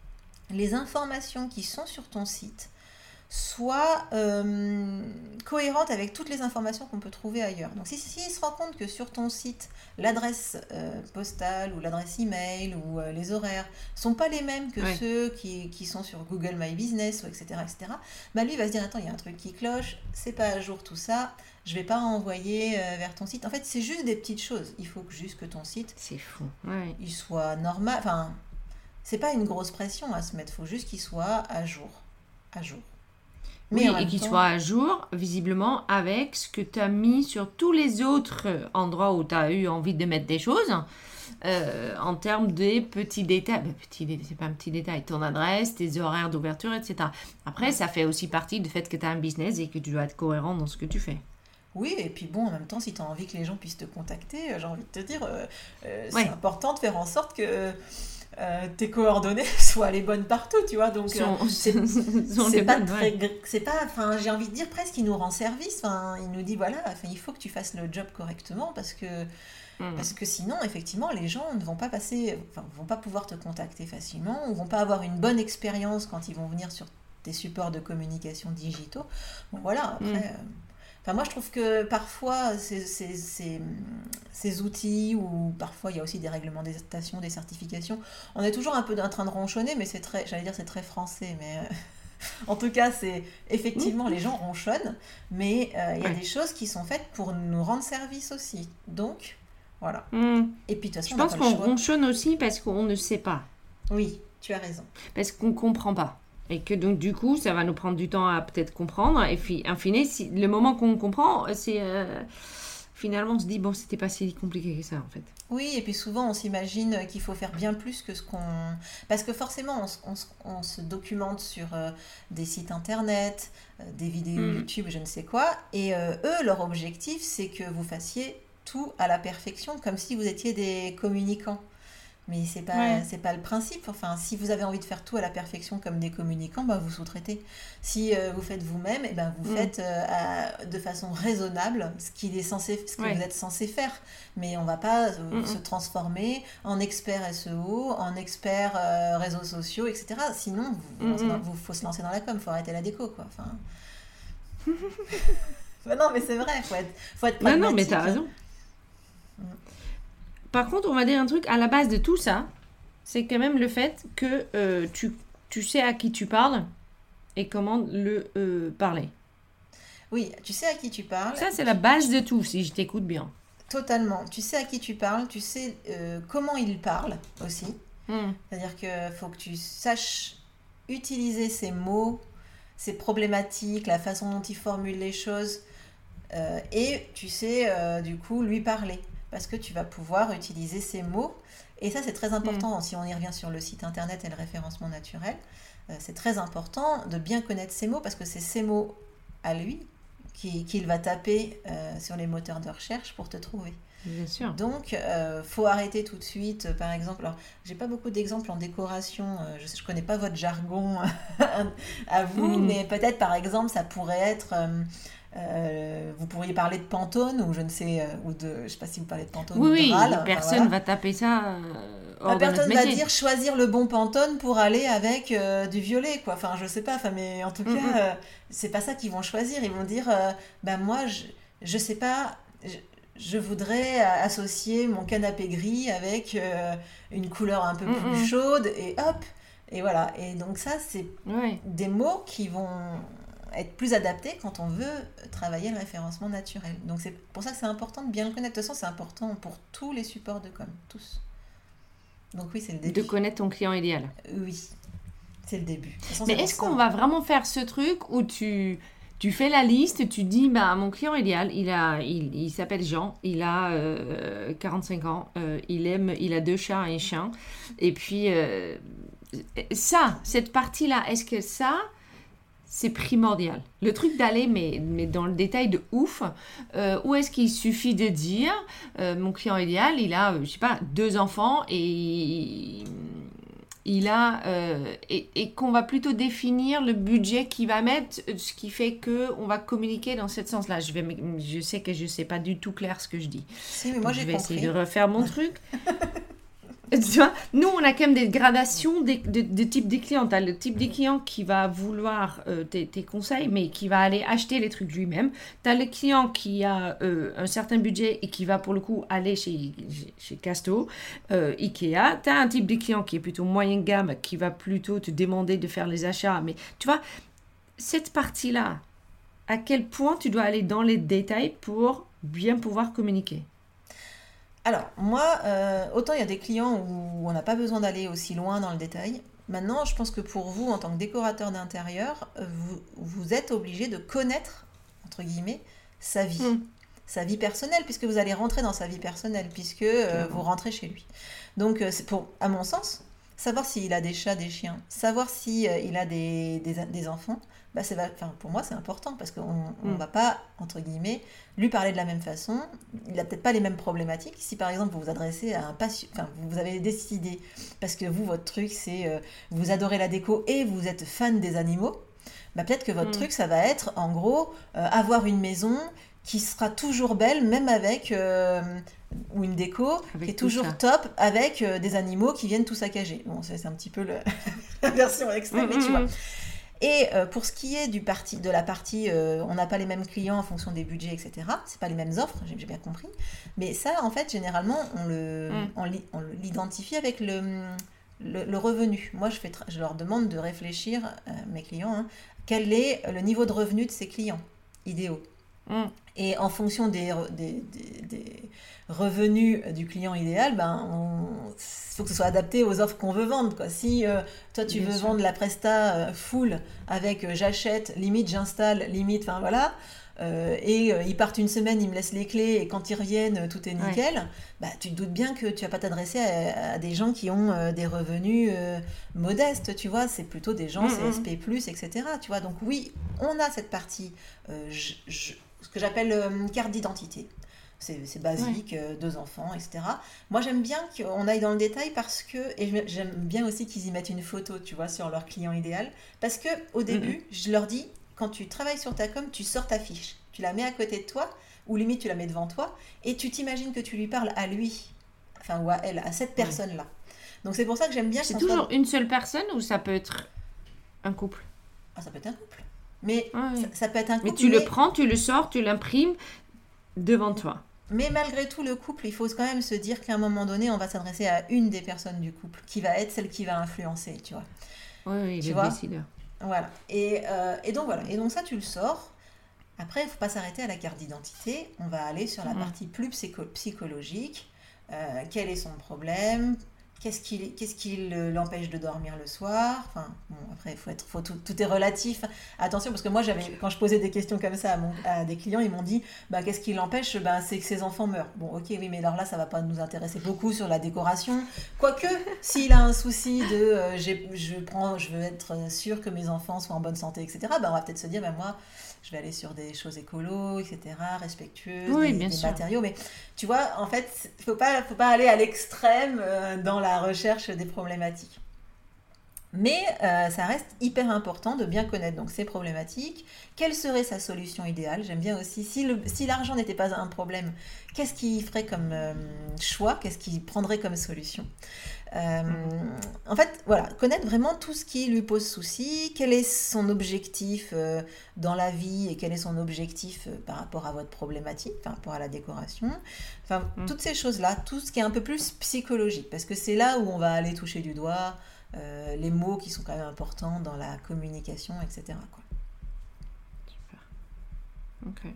les informations qui sont sur ton site soient euh, cohérentes avec toutes les informations qu'on peut trouver ailleurs. Donc si, si il se rend compte que sur ton site, l'adresse euh, postale ou l'adresse email ou euh, les horaires sont pas les mêmes que Ouais. ceux qui, qui sont sur Google My Business, ou et cetera, et cetera, bah lui il va se dire, attends, il y a un truc qui cloche, c'est pas à jour tout ça, je vais pas envoyer euh, vers ton site. En fait, c'est juste des petites choses. Il faut que, juste que ton site, C'est fou. Ouais. il soit normal. Enfin, c'est pas une grosse pression à se mettre, il faut juste qu'il soit à jour. À jour. Oui, en et même qu'il temps- soit à jour, visiblement, avec ce que tu as mis sur tous les autres endroits où tu as eu envie de mettre des choses, euh, en termes des petits détails. Ben, petit dé- c'est pas un petit détail, ton adresse, tes horaires d'ouverture, et cetera. Après, ça fait aussi partie du fait que tu as un business et que tu dois être cohérent dans ce que tu fais. Oui, et puis bon, en même temps, si tu as envie que les gens puissent te contacter, euh, j'ai envie de te dire, euh, euh, c'est Ouais. important de faire en sorte que euh, tes coordonnées soient les bonnes partout, tu vois. Donc, euh, Sont- c'est sont c'est les pas bonnes, très, ouais. gr- c'est pas, enfin, j'ai envie de dire presque, il nous rend service. Enfin, il nous dit voilà, enfin, il faut que tu fasses le job correctement parce que Mm. parce que sinon, effectivement, les gens ne vont pas passer, enfin, vont pas pouvoir te contacter facilement, ou vont pas avoir une bonne expérience quand ils vont venir sur tes supports de communication digitaux. Bon, voilà, après. Mm. euh, Enfin, moi, je trouve que parfois, ces, ces, ces, ces outils, ou parfois, il y a aussi des réglementations, des certifications, on est toujours un peu en train de ronchonner, mais c'est très, j'allais dire, c'est très français, mais euh, en tout cas, c'est effectivement, les gens ronchonnent, mais euh, il y a Ouais. des choses qui sont faites pour nous rendre service aussi. Donc, voilà. Mm. Et puis, de toute Je façon, on n'a pense pas qu'on le choix. ronchonne aussi parce qu'on ne sait pas. Oui, tu as raison. Parce qu'on ne comprend pas. Et que donc, du coup, ça va nous prendre du temps à peut-être comprendre. Et puis, in fine, si, le moment qu'on comprend, c'est. euh, finalement, on se dit, bon, c'était pas si compliqué que ça, en fait. Oui, et puis souvent on s'imagine qu'il faut faire bien plus que ce qu'on... Parce que forcément on, se- on se- on se documente sur euh, des sites internet, euh, des vidéos Mm. YouTube, je ne sais quoi, et euh, eux, leur objectif, c'est que vous fassiez tout à la perfection, comme si vous étiez des communicants. Mais c'est pas, Ouais. c'est pas le principe. Enfin, si vous avez envie de faire tout à la perfection comme des communicants, bah, vous sous-traitez. Si euh, vous faites vous-même, eh ben, vous Mm. faites euh, à- de façon raisonnable ce qu'il est censé, ce que Ouais. vous êtes censé faire. Mais on va pas euh, Mm, mm. se transformer en expert S E O, en expert euh, réseaux sociaux, et cetera. Sinon, vous, vous Mm, lancez dans- mm. vous- faut se lancer dans la com, faut arrêter la déco, quoi. Enfin... Bah non, mais c'est vrai, faut être, faut être Non, pragmatique. non, mais t'as raison. Par contre, on va dire un truc, à la base de tout ça, c'est quand même le fait que euh, tu, tu sais à qui tu parles et comment le euh, parler. Oui, tu sais à qui tu parles. Ça, c'est la base de tout, si je t'écoute bien. Totalement. Tu sais à qui tu parles, tu sais euh, comment il parle aussi. Mm. C'est-à-dire qu'il faut que tu saches utiliser ces mots, ces problématiques, la façon dont il formule les choses. euh, et tu sais, euh, du coup, lui parler. Parce que tu vas pouvoir utiliser ces mots. Et ça, c'est très important. Si on y revient sur le site internet et le référencement naturel, euh, c'est très important de bien connaître ces mots parce que c'est ces mots à lui qui- qu'il va taper euh, sur les moteurs de recherche pour te trouver. Bien sûr. Donc, euh, faut arrêter tout de suite. euh, Par exemple, alors, j'ai pas beaucoup d'exemples en décoration. euh, je, je connais pas votre jargon à vous, Mhm. mais peut-être par exemple, ça pourrait être. euh, euh, vous pourriez parler de Pantone ou je ne sais euh, ou de. Je sais pas si vous parlez de Pantone Oui, ou de oui, Râle. enfin, personne voilà. va taper ça euh, hors Ah, de notre personne va métier. dire choisir le bon Pantone pour aller avec euh, du violet, quoi. Enfin, je sais pas, enfin, mais en tout Mm, cas, mm. euh, c'est pas ça qu'ils vont choisir. Ils vont dire, euh, ben moi, je, je sais pas, je, je voudrais euh, associer mon canapé gris avec euh, une couleur un peu Mm, plus mm. chaude, et hop, et voilà. Et donc ça, c'est Ouais. des mots qui vont être plus adaptés quand on veut travailler le référencement naturel. Donc c'est pour ça que c'est important de bien le connaître. De toute façon, c'est important pour tous les supports de com, tous. Donc oui, c'est le De début. connaître ton client idéal. Oui, c'est le début. De toute façon, Mais c'est pour est-ce ça. qu'on va vraiment faire ce truc où tu, tu fais la liste, tu dis, bah, mon client idéal, il, a, il, il s'appelle Jean, il a euh, quarante-cinq ans, euh, il aime, il a deux chats et un chien. Et puis, euh, ça, cette partie-là, est-ce que ça, c'est primordial? Le truc d'aller, mais, mais dans le détail de ouf, euh, ou est-ce qu'il suffit de dire, euh, mon client idéal, il a, euh, je sais pas, deux enfants et il, il a, euh, et, et qu'on va plutôt définir le budget qu'il va mettre, ce qui fait que on va communiquer dans ce sens-là. Je, vais, m- je sais que je sais pas du tout clair ce que je dis. Si, mais moi Donc, je j'ai vais essayer compris. de refaire mon truc. Tu vois, nous, on a quand même des gradations des- de, de type des clients. Tu as le type des clients qui va vouloir euh, tes, tes conseils, mais qui va aller acheter les trucs lui-même. Tu as le client qui a euh, un certain budget et qui va pour le coup aller chez, chez, chez Casto, euh, Ikea. Tu as un type de client qui est plutôt moyen gamme, qui va plutôt te demander de faire les achats. Mais tu vois, cette partie-là, à quel point tu dois aller dans les détails pour bien pouvoir communiquer? Alors, moi, euh, autant il y a des clients où on n'a pas besoin d'aller aussi loin dans le détail. Maintenant, je pense que pour vous, en tant que décorateur d'intérieur, euh, vous, vous êtes obligé de connaître, entre guillemets, sa vie. Mm. Sa vie personnelle, puisque vous allez rentrer dans sa vie personnelle, puisque euh, Clairement. vous rentrez chez lui. Donc, euh, c'est pour, à mon sens, savoir s'il a des chats, des chiens, savoir si euh, il a des, des, des enfants, bah c'est, va- enfin, pour moi, c'est important, parce qu'on ne Mm. va pas, entre guillemets, lui parler de la même façon. Il n'a peut-être pas les mêmes problématiques. Si par exemple vous vous adressez à un patient, enfin vous avez décidé, parce que vous, votre truc, c'est euh, vous adorez la déco et vous êtes fan des animaux, bah peut-être que votre Mm. truc, ça va être en gros euh, avoir une maison qui sera toujours belle, même avec euh, ou une déco Avec qui est tout toujours ça. top, avec euh, des animaux qui viennent tout saccager. Bon, c'est c'est un petit peu le- la version extrême, mais tu vois. Mm, mm, Et euh, pour ce qui est du parti, de la partie, euh, on n'a pas les mêmes clients en fonction des budgets, et cetera. C'est pas les mêmes offres, j'ai j'ai bien compris. Mais ça, en fait, généralement, on le, Mm. on li- on l'identifie avec le, le, le revenu. Moi, je, fais tra- je leur demande de réfléchir, euh, mes clients, hein, quel est le niveau de revenu de ces clients idéaux. mm. Et en fonction des, re- des, des- des revenus du client idéal, ben, il faut que ce soit adapté aux offres qu'on veut vendre, quoi. Si euh, toi tu Bien veux sûr. vendre la presta euh, full avec euh, j'achète, limite j'installe, limite, enfin voilà, euh, et euh, ils partent une semaine, ils me laissent les clés et quand ils reviennent, euh, tout est Ouais. nickel, bah, tu te doutes bien que tu vas pas t'adresser à, à des gens qui ont euh, des revenus euh, modestes, tu vois, c'est plutôt des gens Mm, C S mm. P plus, et cetera. Tu vois, donc oui, on a cette partie, euh, je- je- ce que j'appelle euh, carte d'identité. C'est, c'est basique, ouais. euh, deux enfants, et cetera. Moi, j'aime bien qu'on aille dans le détail parce que, et j'aime bien aussi qu'ils y mettent une photo, tu vois, sur leur client idéal. Parce que au début, mm-hmm. je leur dis, quand tu travailles sur ta com, tu sors ta fiche, tu la mets à côté de toi, ou limite tu la mets devant toi, et tu t'imagines que tu lui parles à lui, enfin, ou à elle, à cette personne-là. Ouais. Donc c'est pour ça que j'aime bien. C'est toujours soit... une seule personne ou ça peut être un couple? Ah, ça peut être un couple. Mais ah, oui. ça, ça peut être un couple. Mais tu mais... le prends, tu le sors, tu l'imprimes devant toi. Mais malgré tout, le couple, il faut quand même se dire qu'à un moment donné, on va s'adresser à une des personnes du couple, qui va être celle qui va influencer, tu vois. Oui, oui, tu le vois décideur. Voilà. Et, euh, et donc voilà. Et donc ça, tu le sors. Après, il ne faut pas s'arrêter à la carte d'identité. On va aller sur la mmh. partie plus psycho- psychologique. Euh, quel est son problème ? Qu'est-ce qui, qu'est-ce qui l'empêche de dormir le soir ? Enfin, bon, après, faut être, faut, tout, tout est relatif. Attention, parce que moi, j'avais, quand je posais des questions comme ça à, mon, à des clients, ils m'ont dit bah, qu'est-ce qui l'empêche ? bah, C'est que ses enfants meurent. Bon, ok, oui, mais alors là, ça ne va pas nous intéresser beaucoup sur la décoration. Quoique, s'il a un souci de euh, j'ai, je, prends, je veux être sûr que mes enfants soient en bonne santé, et cetera, bah, on va peut-être se dire bah, moi, je vais aller sur des choses écolo, et cetera, respectueuses, oui, des, des sûr. matériaux. Mais tu vois, en fait, il ne faut pas, faut pas aller à l'extrême euh, dans la recherche des problématiques. Mais euh, ça reste hyper important de bien connaître donc, ces problématiques. Quelle serait sa solution idéale ? J'aime bien aussi, si, le, si l'argent n'était pas un problème, qu'est-ce qu'il ferait comme euh, choix ? Qu'est-ce qu'il prendrait comme solution ? Euh, en fait, voilà, connaître vraiment tout ce qui lui pose souci, quel est son objectif euh, dans la vie et quel est son objectif euh, par rapport à votre problématique, par rapport à la décoration, enfin, mm. toutes ces choses-là, tout ce qui est un peu plus psychologique, parce que c'est là où on va aller toucher du doigt euh, les mots qui sont quand même importants dans la communication, et cetera, quoi. Super. Ok.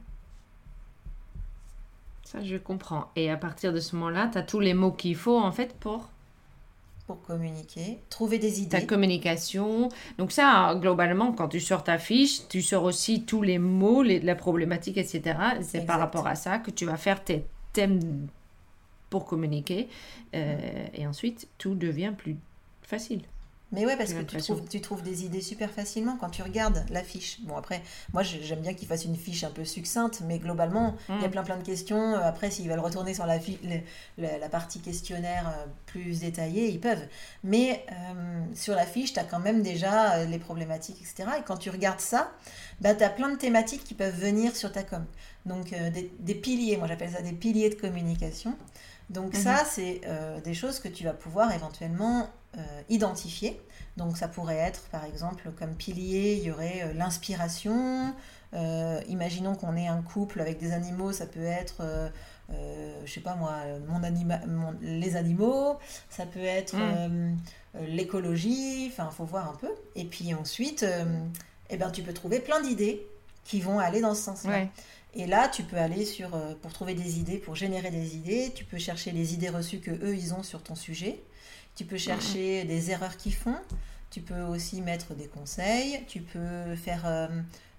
Ça, je comprends. Et à partir de ce moment-là, tu as tous les mots qu'il faut, en fait, pour... pour communiquer, trouver des idées. Ta communication. Donc ça, globalement, quand tu sors ta fiche, tu sors aussi tous les mots, les, la problématique, et cetera. C'est exact. Par rapport à ça que tu vas faire tes thèmes pour communiquer. Euh, mmh. Et ensuite, tout devient plus facile. Mais ouais, parce que tu trouves, tu trouves des idées super facilement quand tu regardes la fiche. Bon, après, moi, j'aime bien qu'ils fassent une fiche un peu succincte, mais globalement, il mmh. y a plein plein de questions. Après, s'ils veulent retourner sur la, fi- la, la partie questionnaire plus détaillée, ils peuvent. Mais euh, sur la fiche, tu as quand même déjà les problématiques, et cetera. Et quand tu regardes ça, bah, tu as plein de thématiques qui peuvent venir sur ta com. Donc, euh, des, des piliers, moi j'appelle ça des piliers de communication. Donc mmh. ça, c'est euh, des choses que tu vas pouvoir éventuellement euh, identifier. Donc ça pourrait être, par exemple, comme pilier, il y aurait euh, l'inspiration. Euh, imaginons qu'on ait un couple avec des animaux, ça peut être, euh, euh, je sais pas moi, mon anima- mon, les animaux. Ça peut être mmh. euh, l'écologie. Enfin, il faut voir un peu. Et puis ensuite, euh, eh ben, tu peux trouver plein d'idées qui vont aller dans ce sens-là. Ouais. Et là, tu peux aller sur, euh, pour trouver des idées, pour générer des idées, tu peux chercher les idées reçues que eux ils ont sur ton sujet, tu peux chercher mmh. des erreurs qu'ils font, tu peux aussi mettre des conseils, tu peux faire euh,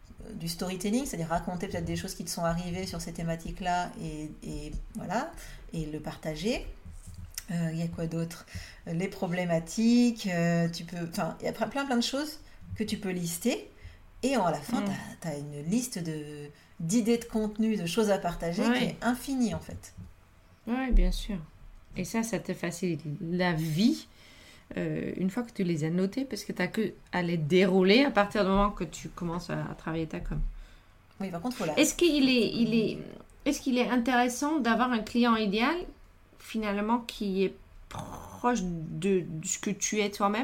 du storytelling, c'est-à-dire raconter peut-être des choses qui te sont arrivées sur ces thématiques-là et, et voilà, et le partager. Il euh, y a quoi d'autre ? Les problématiques, euh, tu peux, enfin, il y a plein plein de choses que tu peux lister. Et à la fin, mmh. tu as une liste de, d'idées de contenu, de choses à partager ouais. qui est infinie en fait. Oui, bien sûr. Et ça, ça te facilite la vie euh, une fois que tu les as notées parce que tu n'as qu'à les dérouler à partir du moment que tu commences à, à travailler ta com. Oui, par contre, voilà. Est-ce qu'il est, il est, est-ce qu'il est intéressant d'avoir un client idéal finalement qui est proche de, de ce que tu es toi-même ?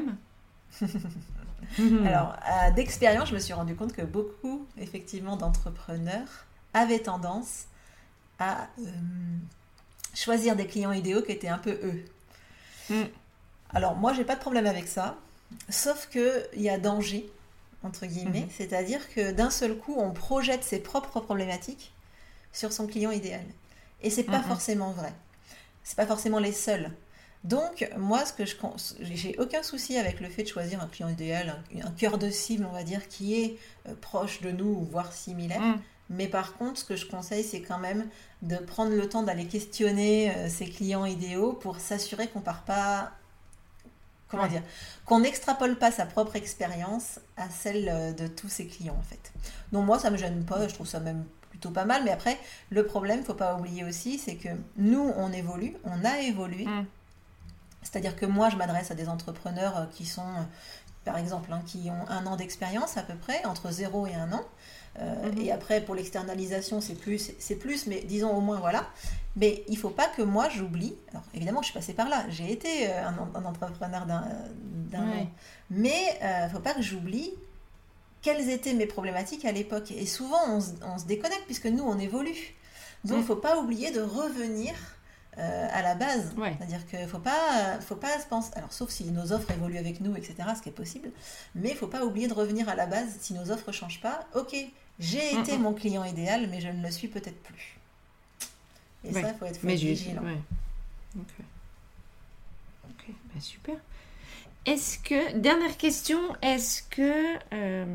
Alors, euh, d'expérience, je me suis rendu compte que beaucoup, effectivement, d'entrepreneurs avaient tendance à euh, choisir des clients idéaux qui étaient un peu eux. Mm. Alors, moi, j'ai pas de problème avec ça, sauf qu'il y a danger, entre guillemets, mm-hmm. c'est-à-dire que d'un seul coup, on projette ses propres problématiques sur son client idéal. Et c'est pas mm-hmm. forcément vrai. C'est pas forcément les seuls. Donc, moi, ce que je, j'ai aucun souci avec le fait de choisir un client idéal, un, un cœur de cible, on va dire, qui est euh, proche de nous, voire similaire. Mm. Mais par contre, ce que je conseille, c'est quand même de prendre le temps d'aller questionner euh, ces clients idéaux pour s'assurer qu'on part pas... Comment ouais. dire ? Qu'on n'extrapole pas sa propre expérience à celle de tous ses clients, en fait. Donc, moi, ça me gêne pas. Je trouve ça même... plutôt pas mal. Mais après, le problème, il ne faut pas oublier aussi, c'est que nous, on évolue, on a évolué. Mmh. C'est-à-dire que moi, je m'adresse à des entrepreneurs qui sont, par exemple, hein, qui ont un an d'expérience à peu près, entre zéro et un an. Euh, mmh. Et après, pour l'externalisation, c'est plus, c'est plus, mais disons au moins, voilà. Mais il ne faut pas que moi, j'oublie. Alors, évidemment, je suis passée par là. J'ai été un, un entrepreneur d'un, d'un ouais. an. Mais il euh, ne faut pas que j'oublie quelles étaient mes problématiques à l'époque. Et souvent, on, on se déconnecte puisque nous, on évolue. Donc, il mmh. ne faut pas oublier de revenir euh, à la base. Ouais. C'est-à-dire qu'il ne faut pas, faut pas se penser... Alors, sauf si nos offres évoluent avec nous, et cetera, ce qui est possible. Mais il ne faut pas oublier de revenir à la base. Si nos offres ne changent pas, ok, j'ai mmh. été mon client idéal, mais je ne le suis peut-être plus. Et ouais. ça, il faut être, faut être vigilant. Ouais. Ok. Ok, ben super. Est-ce que, dernière question, est-ce que, euh,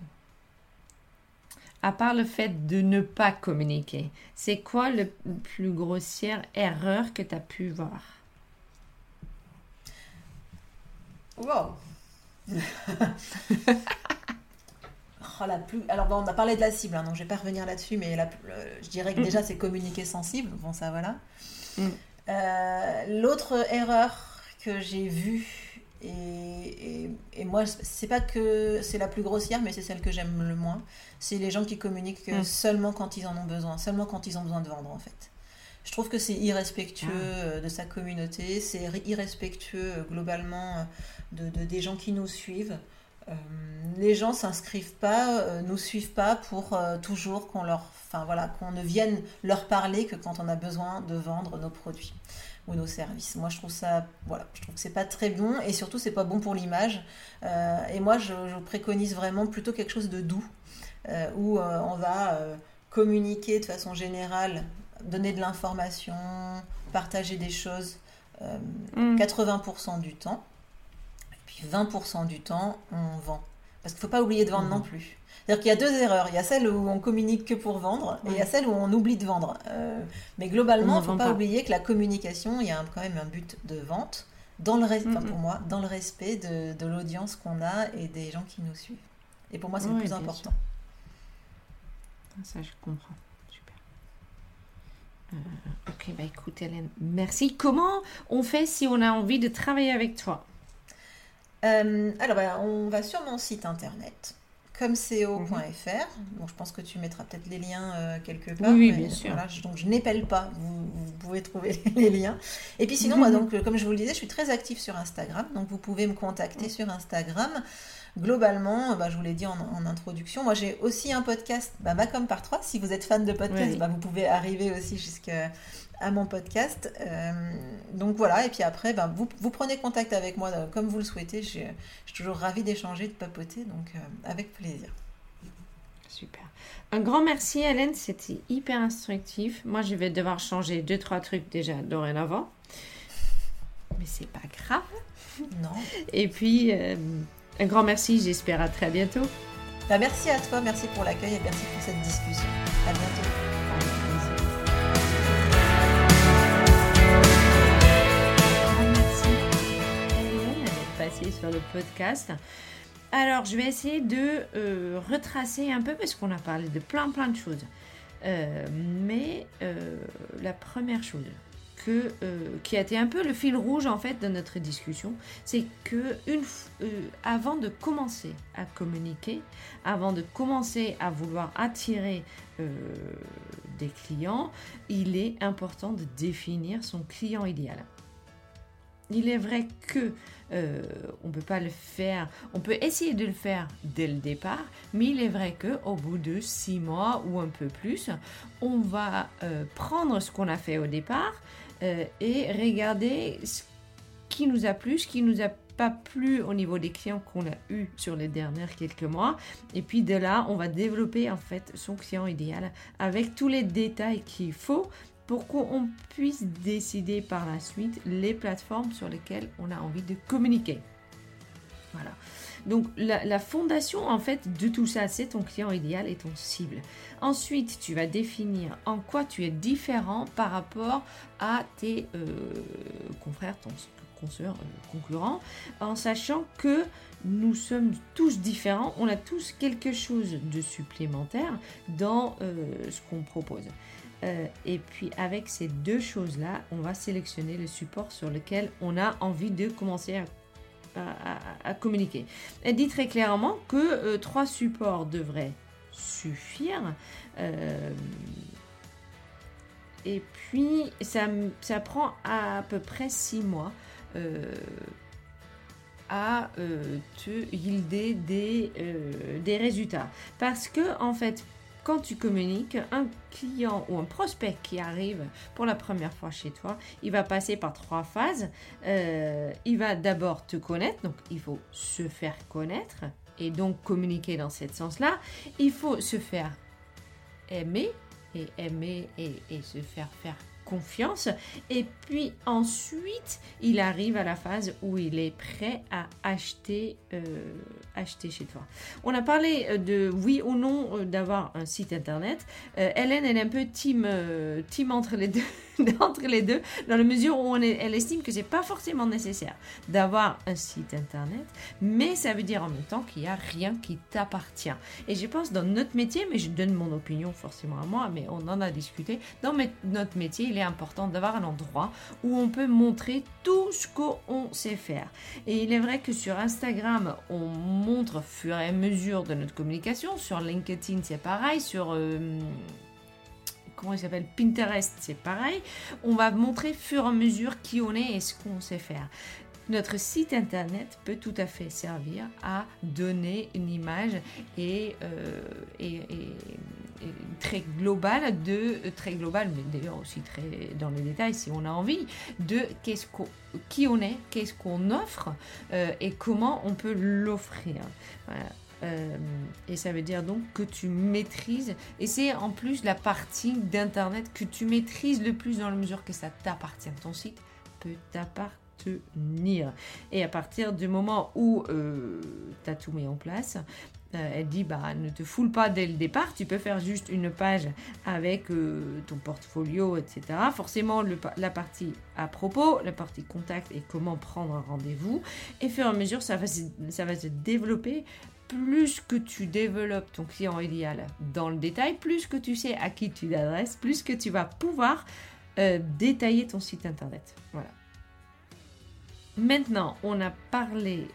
à part le fait de ne pas communiquer, c'est quoi la plus grossière erreur que tu as pu voir? Wow. Oh, la plus... Alors bon, on a parlé de la cible, hein, donc je ne vais pas revenir là-dessus, mais la... euh, je dirais que mmh. déjà c'est communiquer sans cible. Bon, ça voilà. Mmh. Euh, l'autre erreur que j'ai vue, et, et, et moi, c'est pas que c'est la plus grossière, mais c'est celle que j'aime le moins, c'est les gens qui communiquent mmh. seulement quand ils en ont besoin, seulement quand ils ont besoin de vendre en fait. Je trouve que c'est irrespectueux mmh. de sa communauté, c'est irrespectueux globalement de, de, des gens qui nous suivent. Euh, les gens s'inscrivent pas, euh, nous suivent pas pour euh, toujours qu'on leur, enfin voilà, qu'on ne vienne leur parler que quand on a besoin de vendre nos produits ou nos services. Moi, je trouve ça, voilà, je trouve que c'est pas très bon et surtout c'est pas bon pour l'image. Euh, et moi, je, je préconise vraiment plutôt quelque chose de doux euh, où euh, on va euh, communiquer de façon générale, donner de l'information, partager des choses euh, mmh. quatre-vingts pour cent du temps. vingt pour cent du temps, on vend. Parce qu'il ne faut pas oublier de vendre mmh. non plus. C'est-à-dire qu'il y a deux erreurs. Il y a celle où on communique que pour vendre ouais. et il y a celle où on oublie de vendre. Euh, mais globalement, il ne faut pas, pas oublier que la communication, il y a un, quand même un but de vente, dans le res- mmh. enfin, pour moi, dans le respect de, de l'audience qu'on a et des gens qui nous suivent. Et pour moi, c'est oui, le plus important. Sûr. Ça, je comprends. Super. Euh, ok, bah écoute, Hélène, merci. Comment on fait si on a envie de travailler avec toi ? Euh, alors, bah, on va sur mon site internet, comme c o point f r. Mmh. Bon, je pense que tu mettras peut-être les liens euh, quelque part. Oui, oui bien sûr. Voilà, je, donc, je n'épelle pas, vous, vous pouvez trouver les liens. Et puis sinon, mmh. moi, donc, comme je vous le disais, je suis très active sur Instagram. Donc, vous pouvez me contacter mmh. sur Instagram. Globalement, bah, je vous l'ai dit en, en introduction, moi, j'ai aussi un podcast, bah, bah, comme par trois. Si vous êtes fan de podcast, oui. bah, vous pouvez arriver aussi jusqu'à... à mon podcast. Euh, donc voilà, et puis après, ben, vous, vous prenez contact avec moi euh, comme vous le souhaitez. Je, je suis toujours ravie d'échanger, de papoter, donc euh, avec plaisir. Super. Un grand merci, Hélène, c'était hyper instructif. Moi, je vais devoir changer deux, trois trucs déjà dorénavant. Mais c'est pas grave. Non. Et puis, euh, un grand merci, j'espère à très bientôt. Ben, merci à toi, merci pour l'accueil et merci pour cette discussion. À bientôt. Sur le podcast. Alors, je vais essayer de euh, retracer un peu parce qu'on a parlé de plein plein de choses. Euh, mais euh, la première chose que, euh, qui a été un peu le fil rouge en fait de notre discussion, c'est que une, euh, avant de commencer à communiquer, avant de commencer à vouloir attirer euh, des clients, il est important de définir son client idéal. Il est vrai que euh, on peut pas le faire, on peut essayer de le faire dès le départ, mais il est vrai que au bout de six mois ou un peu plus, on va euh, prendre ce qu'on a fait au départ euh, et regarder ce qui nous a plu, ce qui nous a pas plu au niveau des clients qu'on a eu sur les dernières quelques mois, et puis de là, on va développer en fait son client idéal avec tous les détails qu'il faut pour qu'on puisse décider par la suite les plateformes sur lesquelles on a envie de communiquer. Voilà. Donc, la, la fondation, en fait, de tout ça, c'est ton client idéal et ton cible. Ensuite, tu vas définir en quoi tu es différent par rapport à tes euh, confrères, ton consoeur, euh, concurrents, en sachant que nous sommes tous différents, on a tous quelque chose de supplémentaire dans euh, ce qu'on propose. Euh, et puis avec ces deux choses-là, on va sélectionner le support sur lequel on a envie de commencer à, à, à, à communiquer. Elle dit très clairement que euh, trois supports devraient suffire. Euh, et puis, ça, ça prend à peu près six mois euh, à euh, te yielder des, euh, des résultats. Parce que, en fait, quand tu communiques, un client ou un prospect qui arrive pour la première fois chez toi, il va passer par trois phases. Euh, il va d'abord te connaître, donc il faut se faire connaître et donc communiquer dans ce sens-là. Il faut se faire aimer et aimer et, et se faire faire confiance. Et puis ensuite, il arrive à la phase où il est prêt à acheter, euh, acheter chez toi. On a parlé de oui ou non d'avoir un site internet. Euh, Hélène, elle est un peu team, euh, team entre les deux, entre les deux, dans la mesure où on est, elle estime que c'est pas forcément nécessaire d'avoir un site internet, mais ça veut dire en même temps qu'il y a rien qui t'appartient. Et je pense dans notre métier, mais je donne mon opinion forcément à moi, mais on en a discuté. Dans notre métier, il est important d'avoir un endroit où on peut montrer tout ce qu'on sait faire. Et il est vrai que sur Instagram, on montre au fur et à mesure de notre communication. Sur LinkedIn, c'est pareil. Sur euh, comment il s'appelle, Pinterest, c'est pareil. On va montrer au fur et à mesure qui on est et ce qu'on sait faire. Notre site internet peut tout à fait servir à donner une image et, euh, et, et, et très globale de très globale, mais d'ailleurs aussi très dans les détails si on a envie de qu'est-ce qu'on, qui on est, qu'est-ce qu'on offre euh, et comment on peut l'offrir. Voilà. Euh, et ça veut dire donc que tu maîtrises, et c'est en plus la partie d'internet que tu maîtrises le plus dans la mesure que ça t'appartient. Ton site peut t'appartenir. Tenir. Et à partir du moment où euh, tu as tout mis en place, euh, elle dit bah, ne te foule pas dès le départ, tu peux faire juste une page avec euh, ton portfolio, et cetera. Forcément, le, la partie à propos, la partie contact et comment prendre un rendez-vous. Et au fur et à mesure, ça va, ça va se développer. Plus que tu développes ton client idéal dans le détail, plus que tu sais à qui tu t'adresses, plus que tu vas pouvoir euh, détailler ton site internet. Voilà. Maintenant, on a parlé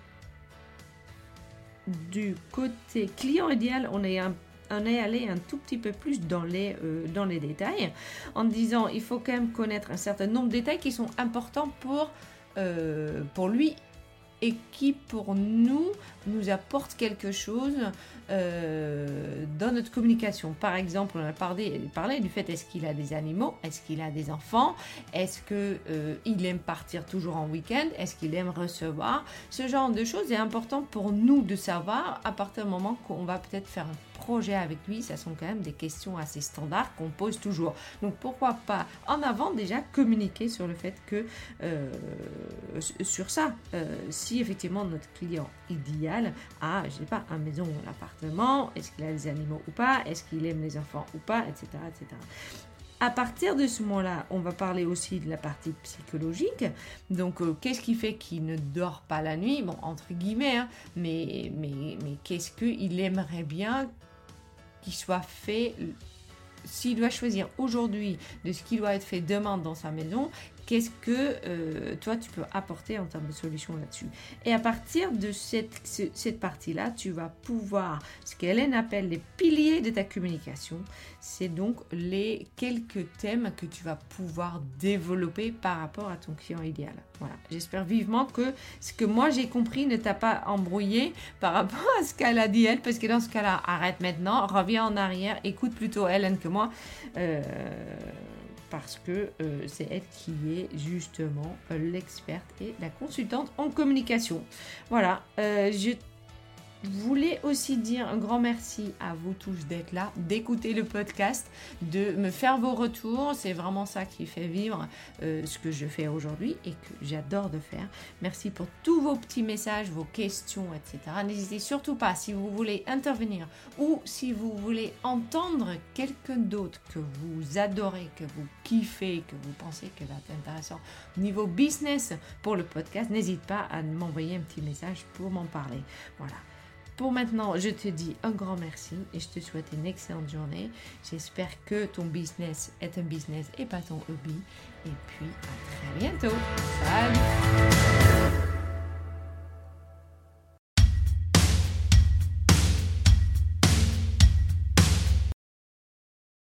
du côté client idéal, on est, un, on est allé un tout petit peu plus dans les, euh, dans les détails, en disant il faut quand même connaître un certain nombre de détails qui sont importants pour, euh, pour lui et qui pour nous, nous apportent quelque chose euh, dans notre communication. Par exemple, on a parlé, parlé du fait, est-ce qu'il a des animaux, est-ce qu'il a des enfants, est-ce qu'il euh, aime partir toujours en week-end, est-ce qu'il aime recevoir. Ce genre de choses est important pour nous de savoir à partir du moment qu'on va peut-être faire un projet avec lui. Ça sont quand même des questions assez standards qu'on pose toujours. Donc pourquoi pas en avant déjà communiquer sur le fait que euh, sur ça, euh, si effectivement notre client idéal a, je sais pas, une maison ou un appartement, est-ce qu'il a des animaux ou pas, est-ce qu'il aime les enfants ou pas, et cetera, et cetera. À partir de ce moment-là, on va parler aussi de la partie psychologique. Donc, euh, qu'est-ce qui fait qu'il ne dort pas la nuit? Bon, entre guillemets, hein, mais, mais, mais qu'est-ce qu'il aimerait bien qu'il soit fait? S'il doit choisir aujourd'hui de ce qui doit être fait demain dans sa maison, qu'est-ce que euh, toi tu peux apporter en termes de solutions là-dessus? Et à partir de cette, cette partie-là, tu vas pouvoir, ce qu'Hélène appelle les piliers de ta communication, c'est donc les quelques thèmes que tu vas pouvoir développer par rapport à ton client idéal. Voilà. J'espère vivement que ce que moi j'ai compris ne t'a pas embrouillé par rapport à ce qu'elle a dit elle, parce que dans ce cas-là, arrête maintenant, reviens en arrière, écoute plutôt Hélène que moi. Euh, parce que euh, c'est elle qui est justement euh, l'experte et la consultante en communication. Voilà, euh, je voulais aussi dire un grand merci à vous tous d'être là, d'écouter le podcast, de me faire vos retours. C'est vraiment ça qui fait vivre euh, ce que je fais aujourd'hui et que j'adore de faire. Merci pour tous vos petits messages, vos questions, et cetera. N'hésitez surtout pas si vous voulez intervenir ou si vous voulez entendre quelqu'un d'autre que vous adorez, que vous kiffez, que vous pensez que va être intéressant au niveau business pour le podcast. N'hésite pas à m'envoyer un petit message pour m'en parler. Voilà. Pour maintenant, je te dis un grand merci et je te souhaite une excellente journée. J'espère que ton business est un business et pas ton hobby. Et puis, à très bientôt. Salut!